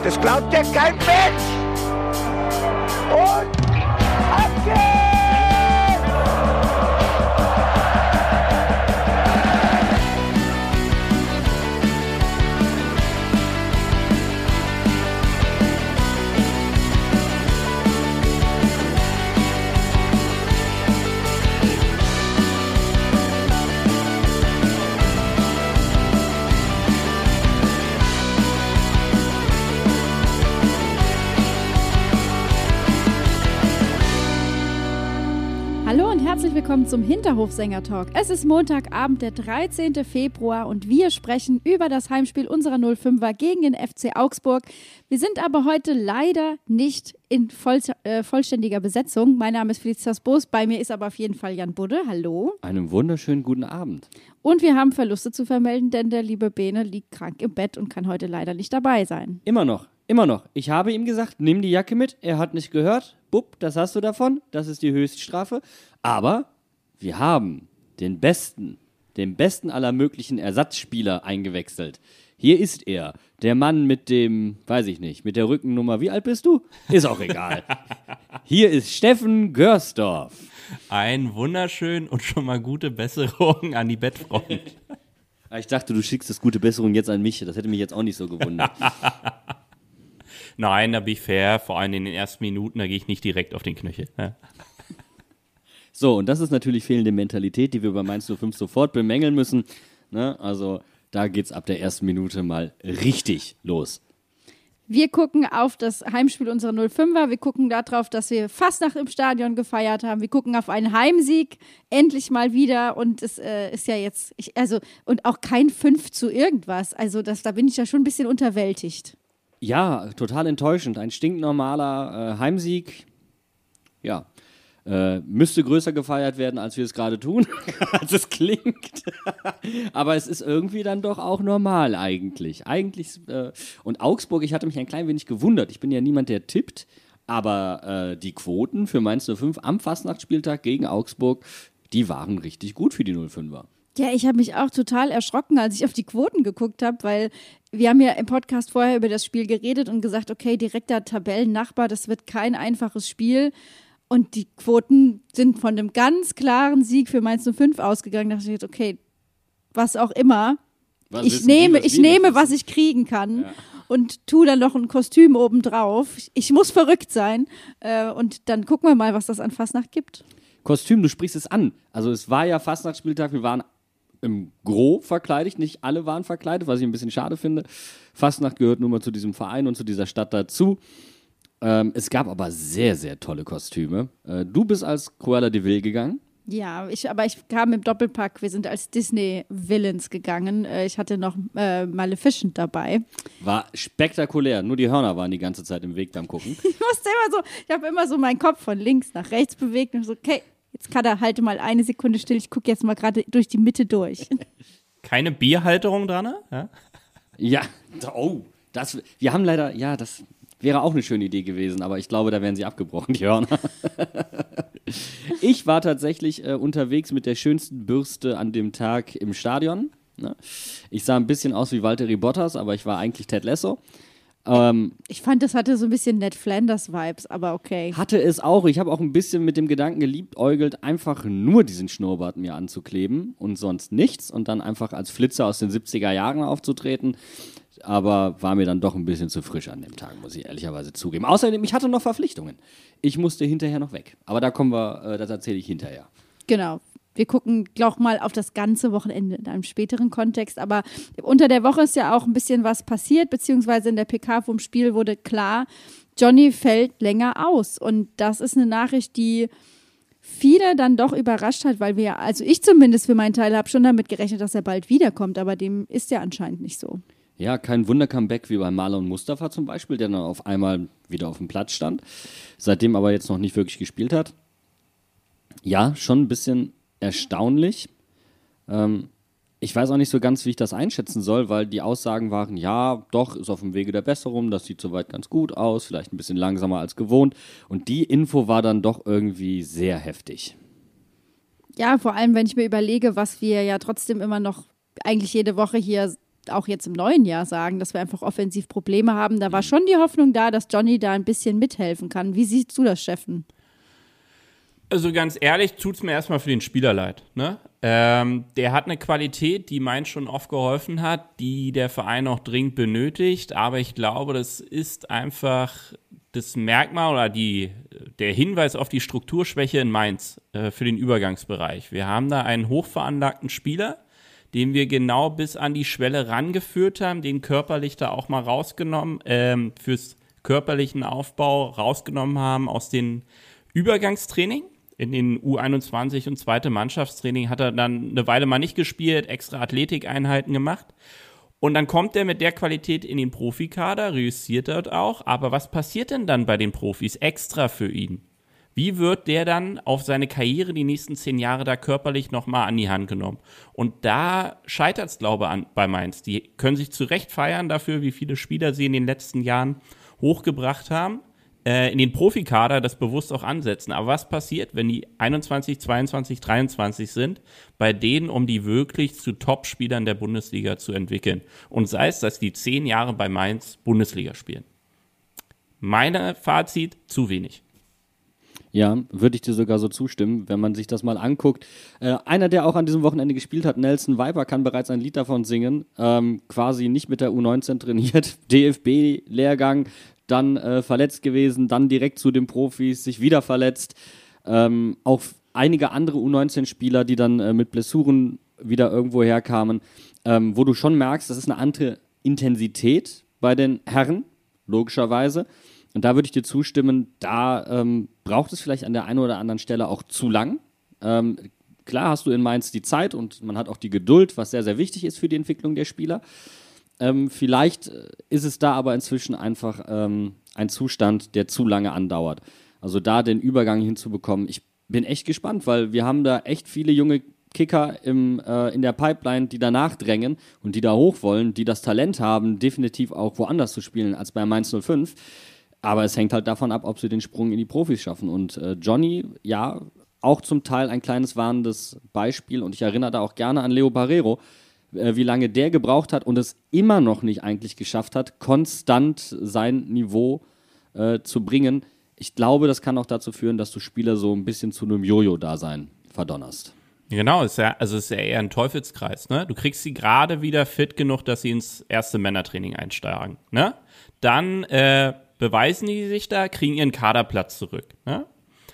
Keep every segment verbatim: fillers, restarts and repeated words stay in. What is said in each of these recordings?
Das glaubt ja kein Mensch. Und ab geht's! Hallo und herzlich willkommen zum Hinterhofsänger-Talk. Es ist Montagabend, der dreizehnten Februar und wir sprechen über das Heimspiel unserer null fünfer gegen den F C Augsburg. Wir sind aber heute leider nicht in voll, äh, vollständiger Besetzung. Mein Name ist Felicitas Boos, bei mir ist aber auf jeden Fall Jan Budde. Hallo. Einen wunderschönen guten Abend. Und wir haben Verluste zu vermelden, denn der liebe Bene liegt krank im Bett und kann heute leider nicht dabei sein. Immer noch, immer noch. Ich habe ihm gesagt, nimm die Jacke mit. Er hat nicht gehört. Bub, das hast du davon. Das ist die Höchststrafe. Aber wir haben den besten, den besten aller möglichen Ersatzspieler eingewechselt. Hier ist er, der Mann mit dem, weiß ich nicht, mit der Rückennummer. Wie alt bist du? Ist auch egal. Hier ist Steffen Görsdorf. Ein wunderschön und schon mal gute Besserung an die Bettfront. Ich dachte, du schickst das gute Besserung jetzt an mich. Das hätte mich jetzt auch nicht so gewundert. Nein, da bin ich fair. Vor allem in den ersten Minuten, da gehe ich nicht direkt auf den Knöchel. Ja. So, und das ist natürlich fehlende Mentalität, die wir bei Mainz null fünf sofort bemängeln müssen. Ne? Also da geht's ab der ersten Minute mal richtig los. Wir gucken auf das Heimspiel unserer null fünfer. Wir gucken darauf, dass wir Fastnacht im Stadion gefeiert haben. Wir gucken auf einen Heimsieg endlich mal wieder. Und es äh, ist ja jetzt, ich, also und auch kein fünf zu irgendwas. Also das, da bin ich ja schon ein bisschen unterwältigt. Ja, total enttäuschend. Ein stinknormaler äh, Heimsieg. Ja. Äh, müsste größer gefeiert werden, als wir es gerade tun, als es klingt. Aber es ist irgendwie dann doch auch normal eigentlich. Eigentlich äh, und Augsburg, ich hatte mich ein klein wenig gewundert. Ich bin ja niemand, der tippt, aber äh, die Quoten für Mainz null fünf am Fastnachtsspieltag gegen Augsburg, die waren richtig gut für die null fünfer. Ja, ich habe mich auch total erschrocken, als ich auf die Quoten geguckt habe, weil wir haben ja im Podcast vorher über das Spiel geredet und gesagt, okay, direkter Tabellennachbar, das wird kein einfaches Spiel. Und die Quoten sind von einem ganz klaren Sieg für Mainz null fünf ausgegangen. Da dachte ich jetzt, okay, was auch immer. Was ich nehme, die, was ich nehme, was ich kriegen kann ja. Und tue dann noch ein Kostüm obendrauf. Ich muss verrückt sein. Äh, und dann gucken wir mal, was das an Fastnacht gibt. Kostüm, du sprichst es an. Also es war ja Fastnachtsspieltag, wir waren im Gros verkleidet, nicht alle waren verkleidet, was ich ein bisschen schade finde. Fastnacht gehört nun mal zu diesem Verein und zu dieser Stadt dazu. Ähm, es gab aber sehr, sehr tolle Kostüme. Äh, du bist als Cruella de Vil gegangen. Ja, ich, aber ich kam im Doppelpack. Wir sind als Disney-Villains gegangen. Äh, ich hatte noch äh, Maleficent dabei. War spektakulär. Nur die Hörner waren die ganze Zeit im Weg beim Gucken. Ich musste immer so, ich habe immer so meinen Kopf von links nach rechts bewegt und so, okay, jetzt kann er halte mal eine Sekunde still. Ich gucke jetzt mal gerade durch die Mitte durch. Keine Bierhalterung dran, ne? Ja. Ja, oh, das, wir haben leider, ja, das wäre auch eine schöne Idee gewesen, aber ich glaube, da wären sie abgebrochen, die Hörner. Ich war tatsächlich äh, unterwegs mit der schönsten Bürste an dem Tag im Stadion. Ne? Ich sah ein bisschen aus wie Valtteri Bottas, aber ich war eigentlich Ted Lasso. Ähm, ich fand, das hatte so ein bisschen Ned Flanders-Vibes, aber okay. Hatte es auch. Ich habe auch ein bisschen mit dem Gedanken geliebäugelt, einfach nur diesen Schnurrbart mir anzukleben und sonst nichts und dann einfach als Flitzer aus den siebziger Jahren aufzutreten. Aber war mir dann doch ein bisschen zu frisch an dem Tag, muss ich ehrlicherweise zugeben. Außerdem, ich hatte noch Verpflichtungen. Ich musste hinterher noch weg. Aber da kommen wir, äh, das erzähle ich hinterher. Genau. Wir gucken, glaube ich, mal auf das ganze Wochenende in einem späteren Kontext. Aber unter der Woche ist ja auch ein bisschen was passiert, beziehungsweise in der P K vom Spiel wurde klar, Johnny fällt länger aus. Und das ist eine Nachricht, die viele dann doch überrascht hat, weil wir, also ich zumindest für meinen Teil habe schon damit gerechnet, dass er bald wiederkommt. Aber dem ist ja anscheinend nicht so. Ja, kein Wunder-Comeback wie bei Marlon Mustafa zum Beispiel, der dann auf einmal wieder auf dem Platz stand, seitdem aber jetzt noch nicht wirklich gespielt hat. Ja, schon ein bisschen erstaunlich. Ähm, ich weiß auch nicht so ganz, wie ich das einschätzen soll, weil die Aussagen waren, ja, doch, ist auf dem Wege der Besserung, das sieht soweit ganz gut aus, vielleicht ein bisschen langsamer als gewohnt. Und die Info war dann doch irgendwie sehr heftig. Ja, vor allem, wenn ich mir überlege, was wir ja trotzdem immer noch eigentlich jede Woche hier auch jetzt im neuen Jahr sagen, dass wir einfach offensiv Probleme haben. Da war schon die Hoffnung da, dass Johnny da ein bisschen mithelfen kann. Wie siehst du das, Steffen? Also ganz ehrlich, tut es mir erstmal für den Spieler leid. Ne? Ähm, der hat eine Qualität, die Mainz schon oft geholfen hat, die der Verein auch dringend benötigt. Aber ich glaube, das ist einfach das Merkmal oder die, der Hinweis auf die Strukturschwäche in Mainz äh, für den Übergangsbereich. Wir haben da einen hochveranlagten Spieler, den wir genau bis an die Schwelle rangeführt haben, den körperlich da auch mal rausgenommen, ähm, fürs körperlichen Aufbau rausgenommen haben aus den Übergangstraining. In den U einundzwanzig und zweite Mannschaftstraining hat er dann eine Weile mal nicht gespielt, extra Athletikeinheiten gemacht. Und dann kommt er mit der Qualität in den Profikader, reüssiert dort auch. Aber was passiert denn dann bei den Profis extra für ihn? Wie wird der dann auf seine Karriere die nächsten zehn Jahre da körperlich nochmal an die Hand genommen? Und da scheitert es, glaube ich, bei Mainz. Die können sich zu Recht feiern dafür, wie viele Spieler sie in den letzten Jahren hochgebracht haben. In den Profikader das bewusst auch ansetzen. Aber was passiert, wenn die einundzwanzig, zweiundzwanzig, dreiundzwanzig sind, bei denen, um die wirklich zu Top-Spielern der Bundesliga zu entwickeln? Und sei es, dass die zehn Jahre bei Mainz Bundesliga spielen. Meine Fazit, zu wenig. Ja, würde ich dir sogar so zustimmen, wenn man sich das mal anguckt. Äh, einer, der auch an diesem Wochenende gespielt hat, Nelson Viper, kann bereits ein Lied davon singen. Ähm, quasi nicht mit der U neunzehn trainiert, D F B-Lehrgang, dann äh, verletzt gewesen, dann direkt zu den Profis, sich wieder verletzt. Ähm, auch einige andere U neunzehn-Spieler, die dann äh, mit Blessuren wieder irgendwo herkamen, ähm, wo du schon merkst, das ist eine andere Intensität bei den Herren, logischerweise. Und da würde ich dir zustimmen, da ähm, braucht es vielleicht an der einen oder anderen Stelle auch zu lang. Ähm, klar hast du in Mainz die Zeit und man hat auch die Geduld, was sehr, sehr wichtig ist für die Entwicklung der Spieler. Ähm, vielleicht ist es da aber inzwischen einfach ähm, ein Zustand, der zu lange andauert. Also da den Übergang hinzubekommen, ich bin echt gespannt, weil wir haben da echt viele junge Kicker im, äh, in der Pipeline, die danach drängen und die da hoch wollen, die das Talent haben, definitiv auch woanders zu spielen als bei Mainz null fünf. Aber es hängt halt davon ab, ob sie den Sprung in die Profis schaffen. Und äh, Johnny, ja, auch zum Teil ein kleines warnendes Beispiel. Und ich erinnere da auch gerne an Leo Barreiro, äh, wie lange der gebraucht hat und es immer noch nicht eigentlich geschafft hat, konstant sein Niveau äh, zu bringen. Ich glaube, das kann auch dazu führen, dass du Spieler so ein bisschen zu einem Jojo-Dasein verdonnerst. Genau, ist ja, also ist ja eher ein Teufelskreis, ne? Du kriegst sie gerade wieder fit genug, dass sie ins erste Männertraining einsteigen, ne? Dann äh, beweisen die sich da, kriegen ihren Kaderplatz zurück, ne?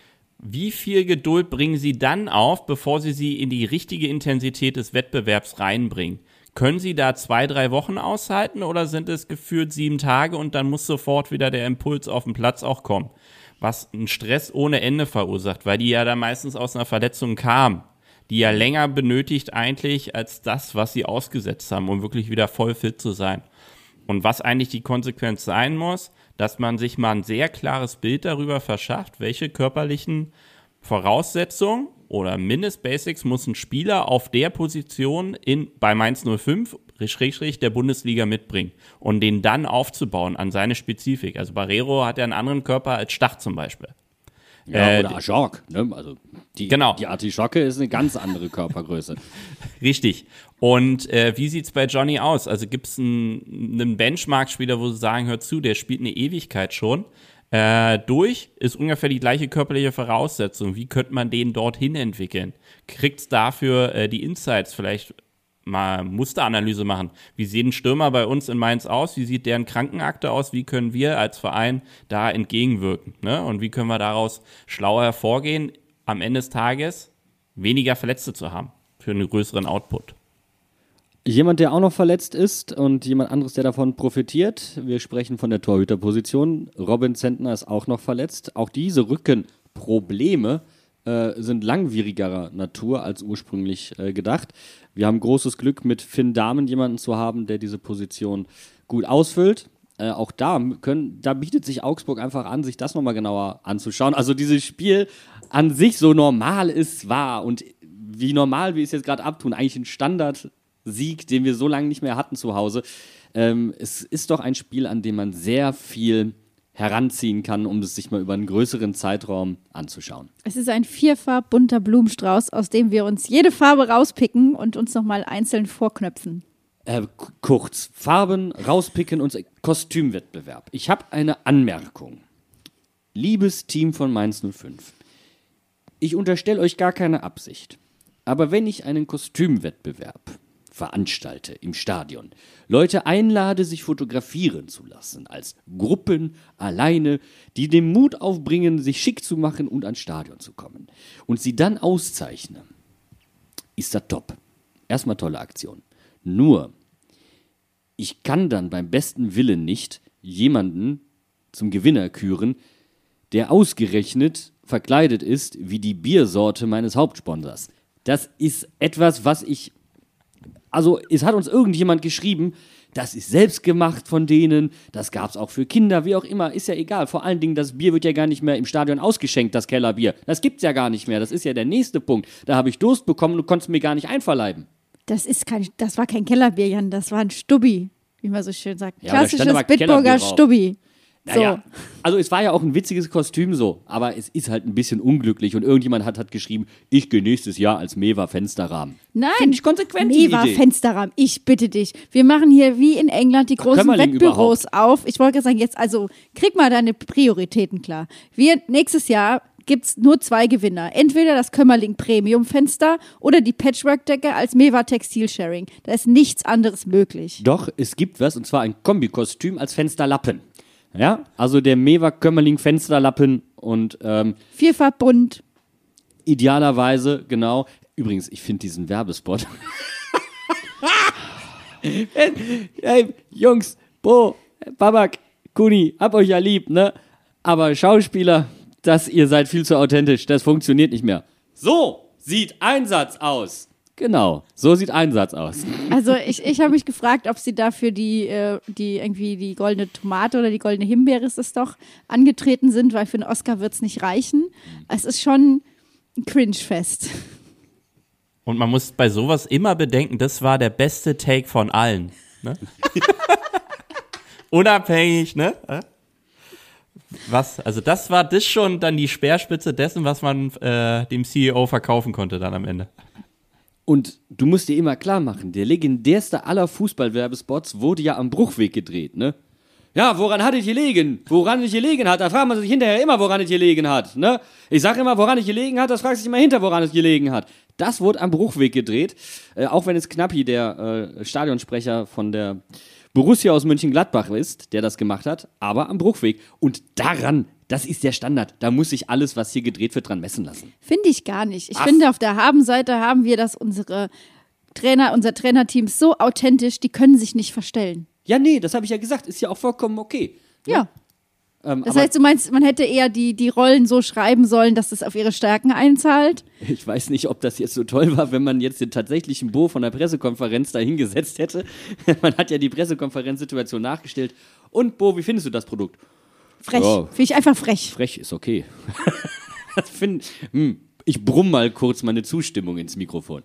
Wie viel Geduld bringen sie dann auf, bevor sie sie in die richtige Intensität des Wettbewerbs reinbringen? Können sie da zwei, drei Wochen aushalten oder sind es gefühlt sieben Tage und dann muss sofort wieder der Impuls auf den Platz auch kommen? Was einen Stress ohne Ende verursacht, weil die ja da meistens aus einer Verletzung kamen, die ja länger benötigt eigentlich als das, was sie ausgesetzt haben, um wirklich wieder voll fit zu sein. Und was eigentlich die Konsequenz sein muss, dass man sich mal ein sehr klares Bild darüber verschafft, welche körperlichen Voraussetzungen oder Mindestbasics muss ein Spieler auf der Position in, bei Mainz null fünf Schrägstrich der Bundesliga mitbringen und den dann aufzubauen an seine Spezifik. Also Barreiro hat ja einen anderen Körper als Stach zum Beispiel. Ja, äh, oder Ajorc, ne? Also die, genau. die Artischocke ist eine ganz andere Körpergröße. Richtig. Und äh, wie sieht's bei Johnny aus? Also gibt's einen, einen Benchmark-Spieler, wo sie sagen, hör zu, der spielt eine Ewigkeit schon. Äh, durch ist ungefähr die gleiche körperliche Voraussetzung. Wie könnte man den dorthin entwickeln? Kriegt's dafür äh, die Insights vielleicht mal Musteranalyse machen? Wie sehen Stürmer bei uns in Mainz aus? Wie sieht deren Krankenakte aus? Wie können wir als Verein da entgegenwirken? Ne? Und wie können wir daraus schlauer hervorgehen, am Ende des Tages weniger Verletzte zu haben für einen größeren Output? Jemand, der auch noch verletzt ist und jemand anderes, der davon profitiert. Wir sprechen von der Torhüterposition. Robin Zentner ist auch noch verletzt. Auch diese Rückenprobleme äh, sind langwierigerer Natur als ursprünglich äh, gedacht. Wir haben großes Glück, mit Finn Dahmen jemanden zu haben, der diese Position gut ausfüllt. Äh, auch da, können, da bietet sich Augsburg einfach an, sich das nochmal genauer anzuschauen. Also dieses Spiel an sich, so normal es war und wie normal wir es jetzt gerade abtun, eigentlich ein Standardsieg, den wir so lange nicht mehr hatten zu Hause. Ähm, es ist doch ein Spiel, an dem man sehr viel heranziehen kann, um es sich mal über einen größeren Zeitraum anzuschauen. Es ist ein vierfarb bunter Blumenstrauß, aus dem wir uns jede Farbe rauspicken und uns nochmal einzeln vorknöpfen. Äh, k- kurz, Farben rauspicken und Kostümwettbewerb. Ich habe eine Anmerkung. Liebes Team von Mainz null fünf, ich unterstelle euch gar keine Absicht. Aber wenn ich einen Kostümwettbewerb veranstalte im Stadion, Leute einlade, sich fotografieren zu lassen, als Gruppen, alleine, die den Mut aufbringen, sich schick zu machen und ans Stadion zu kommen, und sie dann auszeichne, ist das top. Erstmal tolle Aktion. Nur, ich kann dann beim besten Willen nicht jemanden zum Gewinner küren, der ausgerechnet verkleidet ist wie die Biersorte meines Hauptsponsors. Das ist etwas, was ich, also es hat uns irgendjemand geschrieben, das ist selbst gemacht von denen, das gab es auch für Kinder, wie auch immer, ist ja egal. Vor allen Dingen, das Bier wird ja gar nicht mehr im Stadion ausgeschenkt, das Kellerbier. Das gibt's ja gar nicht mehr, das ist ja der nächste Punkt. Da habe ich Durst bekommen und konnte es mir gar nicht einverleiben. Das ist kein, das war kein Kellerbier, Jan, das war ein Stubbi, wie man so schön sagt. Ja, aber da stand Klassisches aber Kellerbier Bitburger drauf. Stubbi. So. Naja, also es war ja auch ein witziges Kostüm so, aber es ist halt ein bisschen unglücklich und irgendjemand hat, hat geschrieben, ich gehe nächstes Jahr als Mewa Fensterrahmen. Nein, Finde ich konsequent, die Mewa Idee. Fensterrahmen, ich bitte dich. Wir machen hier wie in England die großen Kömmerling Wettbüros auf. Ich wollte gerade sagen, jetzt also krieg mal deine Prioritäten klar. Wir nächstes Jahr gibt's nur zwei Gewinner. Entweder das Kömmerling Premium Fenster oder die Patchwork-Decke als Mewa Textil-Sharing. Da ist nichts anderes möglich. Doch, es gibt was, und zwar ein Kombikostüm als Fensterlappen. Ja, also der Mewa Kömmerling Fensterlappen und ähm, Vierfach bunt. idealerweise, genau. Übrigens, ich finde diesen Werbespot. Hey, Jungs, Bo, Babak, Kuni, hab euch ja lieb, ne? Aber Schauspieler, das, ihr seid viel zu authentisch, das funktioniert nicht mehr. So sieht Einsatz aus. Genau, so sieht Einsatz aus. Also ich, ich habe mich gefragt, ob sie dafür die, äh, die irgendwie die goldene Tomate oder die goldene Himbeere ist es doch angetreten sind, weil für einen Oscar wird es nicht reichen. Es ist schon ein Cringe-Fest. Und man muss bei sowas immer bedenken, das war der beste Take von allen. Ne? Unabhängig, ne? Was? Also das war das schon dann die Speerspitze dessen, was man äh, dem C E O verkaufen konnte dann am Ende. Und du musst dir immer klar machen, der legendärste aller Fußballwerbespots wurde ja am Bruchweg gedreht, ne? Ja, woran hat es gelegen? Woran es gelegen hat, da fragt man sich hinterher immer, woran es gelegen hat, ne? Ich sag immer, woran es gelegen hat, das fragt sich immer hinter, woran es gelegen hat. Das wurde am Bruchweg gedreht, äh, auch wenn es Knappi, der äh, Stadionsprecher von der Borussia aus Mönchengladbach ist, der das gemacht hat, aber am Bruchweg. Und daran, das ist der Standard, da muss sich alles, was hier gedreht wird, dran messen lassen. Finde ich gar nicht. Ich Ach. finde, auf der Habenseite haben wir das unsere Trainer, unser Trainerteam ist so authentisch, die können sich nicht verstellen. Ja, nee, das habe ich ja gesagt, ist ja auch vollkommen okay. Ne? Ja. Ähm, Das aber heißt, du meinst, man hätte eher die, die Rollen so schreiben sollen, dass es auf ihre Stärken einzahlt? ich weiß nicht, ob das jetzt so toll war, wenn man jetzt den tatsächlichen Bo von der Pressekonferenz da hingesetzt hätte. Man hat ja die Pressekonferenzsituation nachgestellt. Und Bo, wie findest du das Produkt? Frech. Ja. Finde ich einfach frech. Frech ist okay. Das find, hm, ich brumm mal kurz meine Zustimmung ins Mikrofon.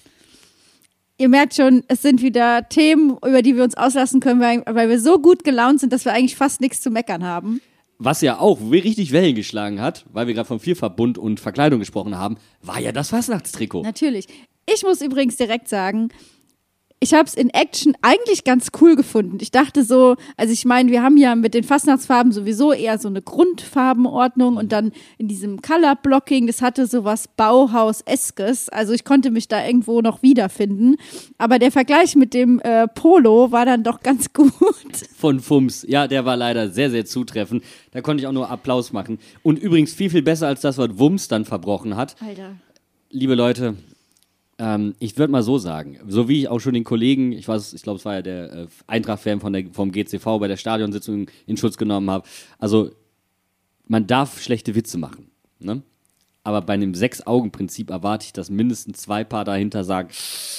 Ihr merkt schon, es sind wieder Themen, über die wir uns auslassen können, weil, weil wir so gut gelaunt sind, dass wir eigentlich fast nichts zu meckern haben. Was ja auch richtig Wellen geschlagen hat, weil wir gerade vom Vierverbund und Verkleidung gesprochen haben, war ja das Fastnachtstrikot. Natürlich. Ich muss übrigens direkt sagen, ich habe es in Action eigentlich ganz cool gefunden. Ich dachte so, also ich meine, wir haben ja mit den Fastnachtsfarben sowieso eher so eine Grundfarbenordnung und dann in diesem Color-Blocking, das hatte so was Bauhaus-eskes. Also ich konnte mich da irgendwo noch wiederfinden. Aber der Vergleich mit dem äh, Polo war dann doch ganz gut. Von Fums. Ja, der war leider sehr, sehr zutreffend. Da konnte ich auch nur Applaus machen. Und übrigens viel, viel besser als das, was Wums dann verbrochen hat. Alter. Liebe Leute, ähm, ich würde mal so sagen, so wie ich auch schon den Kollegen, ich weiß, ich glaube, es war ja der äh, Eintracht-Fan von der, vom G C V bei der Stadionsitzung in Schutz genommen habe. Also, man darf schlechte Witze machen, ne? Aber bei einem Sechs-Augen-Prinzip erwarte ich, dass mindestens zwei Paar dahinter sagen,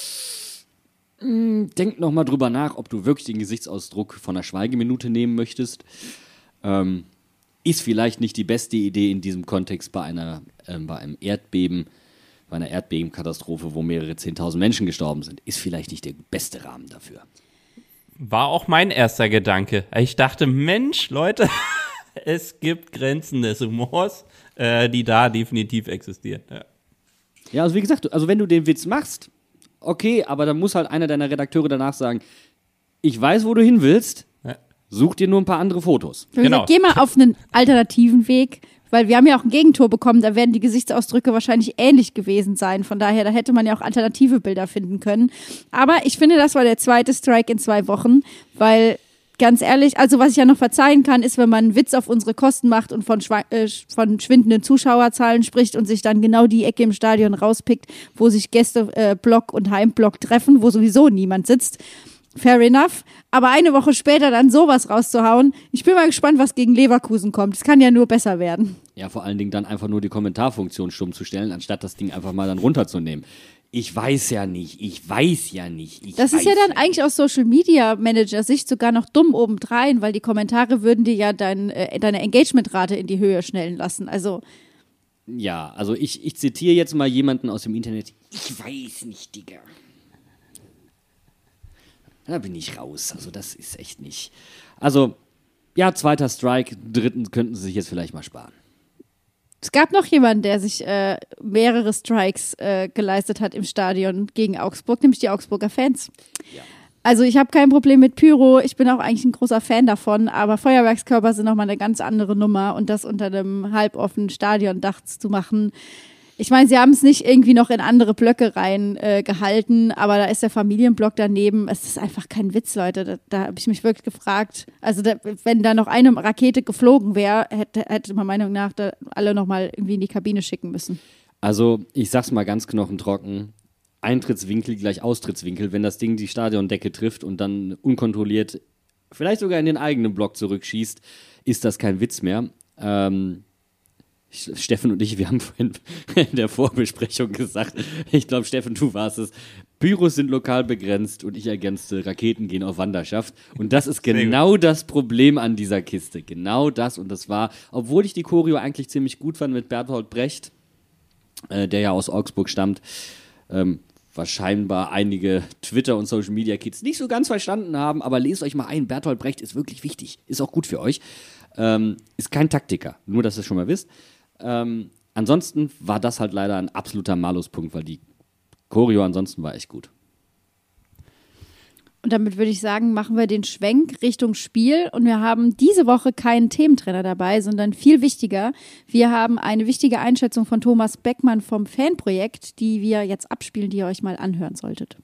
"Mm, denk noch mal drüber nach, ob du wirklich den Gesichtsausdruck von einer Schweigeminute nehmen möchtest. Ähm, ist vielleicht nicht die beste Idee in diesem Kontext bei einer, ähm, bei einem Erdbeben, bei einer Erdbebenkatastrophe, wo mehrere zehntausend Menschen gestorben sind, ist vielleicht nicht der beste Rahmen dafür. War auch mein erster Gedanke. Ich dachte, Mensch, Leute, es gibt Grenzen des Humors, äh, die da definitiv existieren. Ja. Ja, also wie gesagt, also wenn du den Witz machst okay, aber dann muss halt einer deiner Redakteure danach sagen, ich weiß, wo du hin willst, such dir nur ein paar andere Fotos. Genau. Geh mal auf einen alternativen Weg, weil wir haben ja auch ein Gegentor bekommen, da werden die Gesichtsausdrücke wahrscheinlich ähnlich gewesen sein. Von daher, da hätte man ja auch alternative Bilder finden können. Aber ich finde, das war der zweite Strike in zwei Wochen, weil ganz ehrlich, also was ich ja noch verzeihen kann, ist, wenn man einen Witz auf unsere Kosten macht und von, schwa- äh, von schwindenden Zuschauerzahlen spricht und sich dann genau die Ecke im Stadion rauspickt, wo sich Gästeblock und Heimblock treffen, wo sowieso niemand sitzt. Fair enough. Aber eine Woche später dann sowas rauszuhauen, ich bin mal gespannt, was gegen Leverkusen kommt. Es kann ja nur besser werden. Ja, vor allen Dingen dann einfach nur die Kommentarfunktion stumm zu stellen, anstatt das Ding einfach mal dann runterzunehmen. Ich weiß ja nicht, ich weiß ja nicht. Ich das ist ja dann ja eigentlich aus Social Media Manager Sicht sogar noch dumm obendrein, weil die Kommentare würden dir ja dein, äh, deine Engagementrate in die Höhe schnellen lassen. Also ja, also ich, ich zitiere jetzt mal jemanden aus dem Internet. Ich weiß nicht, Digga. Da bin ich raus. Also das ist echt nicht. Also, ja, zweiter Strike, dritten könnten sie sich jetzt vielleicht mal sparen. Es gab noch jemanden, der sich äh, mehrere Strikes äh, geleistet hat im Stadion gegen Augsburg, nämlich die Augsburger Fans. Ja. Also ich habe kein Problem mit Pyro, ich bin auch eigentlich ein großer Fan davon, aber Feuerwerkskörper sind nochmal eine ganz andere Nummer und das unter einem halboffenen Stadiondach zu machen. Ich meine, sie haben es nicht irgendwie noch in andere Blöcke rein äh, gehalten, aber da ist der Familienblock daneben. Es ist einfach kein Witz, Leute. Da, da habe ich mich wirklich gefragt. Also da, wenn da noch eine Rakete geflogen wäre, hätte, hätte man meiner Meinung nach da alle noch mal irgendwie in die Kabine schicken müssen. Also ich sag's mal ganz knochentrocken. Eintrittswinkel gleich Austrittswinkel. Wenn das Ding die Stadiondecke trifft und dann unkontrolliert vielleicht sogar in den eigenen Block zurückschießt, ist das kein Witz mehr. Ähm... Steffen und ich, wir haben vorhin in der Vorbesprechung gesagt, ich glaube, Steffen, du warst es, Pyros sind lokal begrenzt und ich ergänzte, Raketen gehen auf Wanderschaft. Und das ist genau das Problem an dieser Kiste. Genau das. Und das war, obwohl ich die Choreo eigentlich ziemlich gut fand mit Bertolt Brecht, äh, der ja aus Augsburg stammt, ähm, was scheinbar einige Twitter- und Social-Media-Kids nicht so ganz verstanden haben, aber lest euch mal ein, Bertolt Brecht ist wirklich wichtig, ist auch gut für euch. Ähm, ist kein Taktiker, nur dass ihr es schon mal wisst. Ähm, ansonsten war das halt leider ein absoluter Maluspunkt, weil die Choreo ansonsten war echt gut. Und damit würde ich sagen, machen wir den Schwenk Richtung Spiel und wir haben diese Woche keinen Thementrainer dabei, sondern viel wichtiger, wir haben eine wichtige Einschätzung von Thomas Beckmann vom Fanprojekt, die wir jetzt abspielen, die ihr euch mal anhören solltet.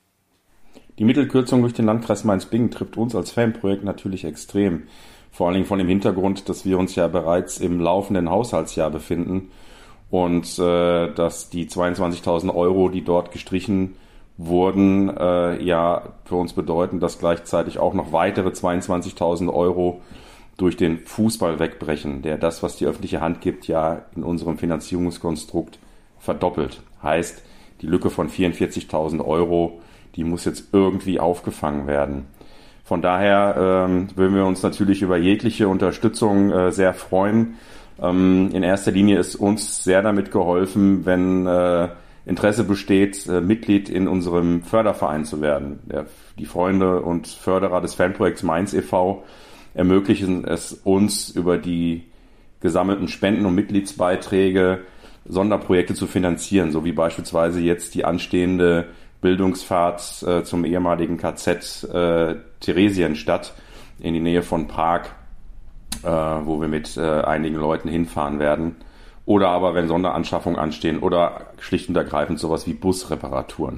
Die Mittelkürzung durch den Landkreis Mainz-Bingen trifft uns als Fanprojekt natürlich extrem. Vor allen Dingen von dem Hintergrund, dass wir uns ja bereits im laufenden Haushaltsjahr befinden und äh, dass die zweiundzwanzigtausend Euro, die dort gestrichen wurden, äh, ja für uns bedeuten, dass gleichzeitig auch noch weitere zweiundzwanzigtausend Euro durch den Fußball wegbrechen, der das, was die öffentliche Hand gibt, ja in unserem Finanzierungskonstrukt verdoppelt. Heißt, die Lücke von vierundvierzigtausend Euro, die muss jetzt irgendwie aufgefangen werden. Von daher ähm, würden wir uns natürlich über jegliche Unterstützung äh, sehr freuen. Ähm, in erster Linie ist uns sehr damit geholfen, wenn äh, Interesse besteht, äh, Mitglied in unserem Förderverein zu werden. Der, die Freunde und Förderer des Fanprojekts Mainz e V ermöglichen es uns, über die gesammelten Spenden und Mitgliedsbeiträge Sonderprojekte zu finanzieren, so wie beispielsweise jetzt die anstehende Bildungsfahrt äh, zum ehemaligen K Z äh, Theresienstadt in die Nähe von Prag, äh, wo wir mit äh, einigen Leuten hinfahren werden. Oder aber, wenn Sonderanschaffungen anstehen oder schlicht und ergreifend sowas wie Busreparaturen.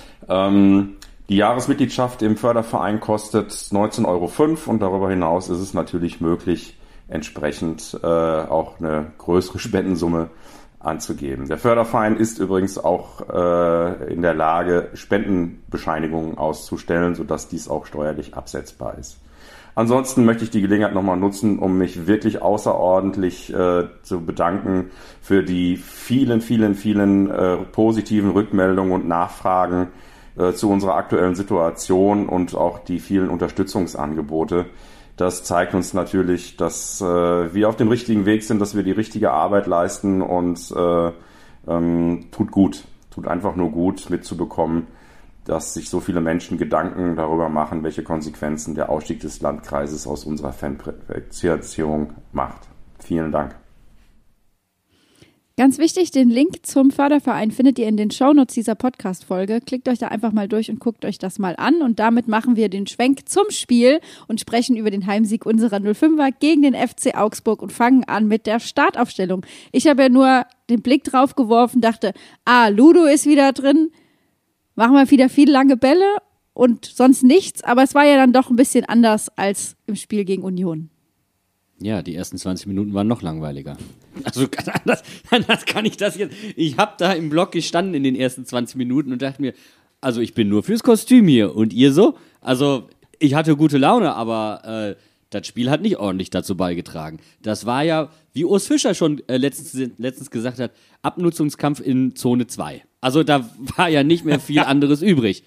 Ähm, die Jahresmitgliedschaft im Förderverein kostet neunzehn Euro fünf und darüber hinaus ist es natürlich möglich, entsprechend äh, auch eine größere Spendensumme anzugeben. Der Förderverein ist übrigens auch äh, in der Lage, Spendenbescheinigungen auszustellen, sodass dies auch steuerlich absetzbar ist. Ansonsten möchte ich die Gelegenheit nochmal nutzen, um mich wirklich außerordentlich äh, zu bedanken für die vielen, vielen, vielen äh, positiven Rückmeldungen und Nachfragen äh, zu unserer aktuellen Situation und auch die vielen Unterstützungsangebote. Das zeigt uns natürlich, dass äh, wir auf dem richtigen Weg sind, dass wir die richtige Arbeit leisten und äh, ähm, tut gut, tut einfach nur gut mitzubekommen, dass sich so viele Menschen Gedanken darüber machen, welche Konsequenzen der Ausstieg des Landkreises aus unserer Fanfinanzierung macht. Vielen Dank. Ganz wichtig, den Link zum Förderverein findet ihr in den Shownotes dieser Podcast-Folge. Klickt euch da einfach mal durch und guckt euch das mal an. Und damit machen wir den Schwenk zum Spiel und sprechen über den Heimsieg unserer null fünfer gegen den F C Augsburg und fangen an mit der Startaufstellung. Ich habe ja nur den Blick drauf geworfen, dachte, ah, Ludo ist wieder drin, machen wir wieder viele lange Bälle und sonst nichts. Aber es war ja dann doch ein bisschen anders als im Spiel gegen Union. Ja, die ersten zwanzig Minuten waren noch langweiliger. Also anders, anders kann ich das jetzt. Ich habe da im Block gestanden in den ersten zwanzig Minuten und dachte mir, also ich bin nur fürs Kostüm hier. Und ihr so? Also ich hatte gute Laune, aber äh, das Spiel hat nicht ordentlich dazu beigetragen. Das war ja, wie Urs Fischer schon äh, letztens, letztens gesagt hat, Abnutzungskampf in Zone zwei. Also da war ja nicht mehr viel anderes übrig.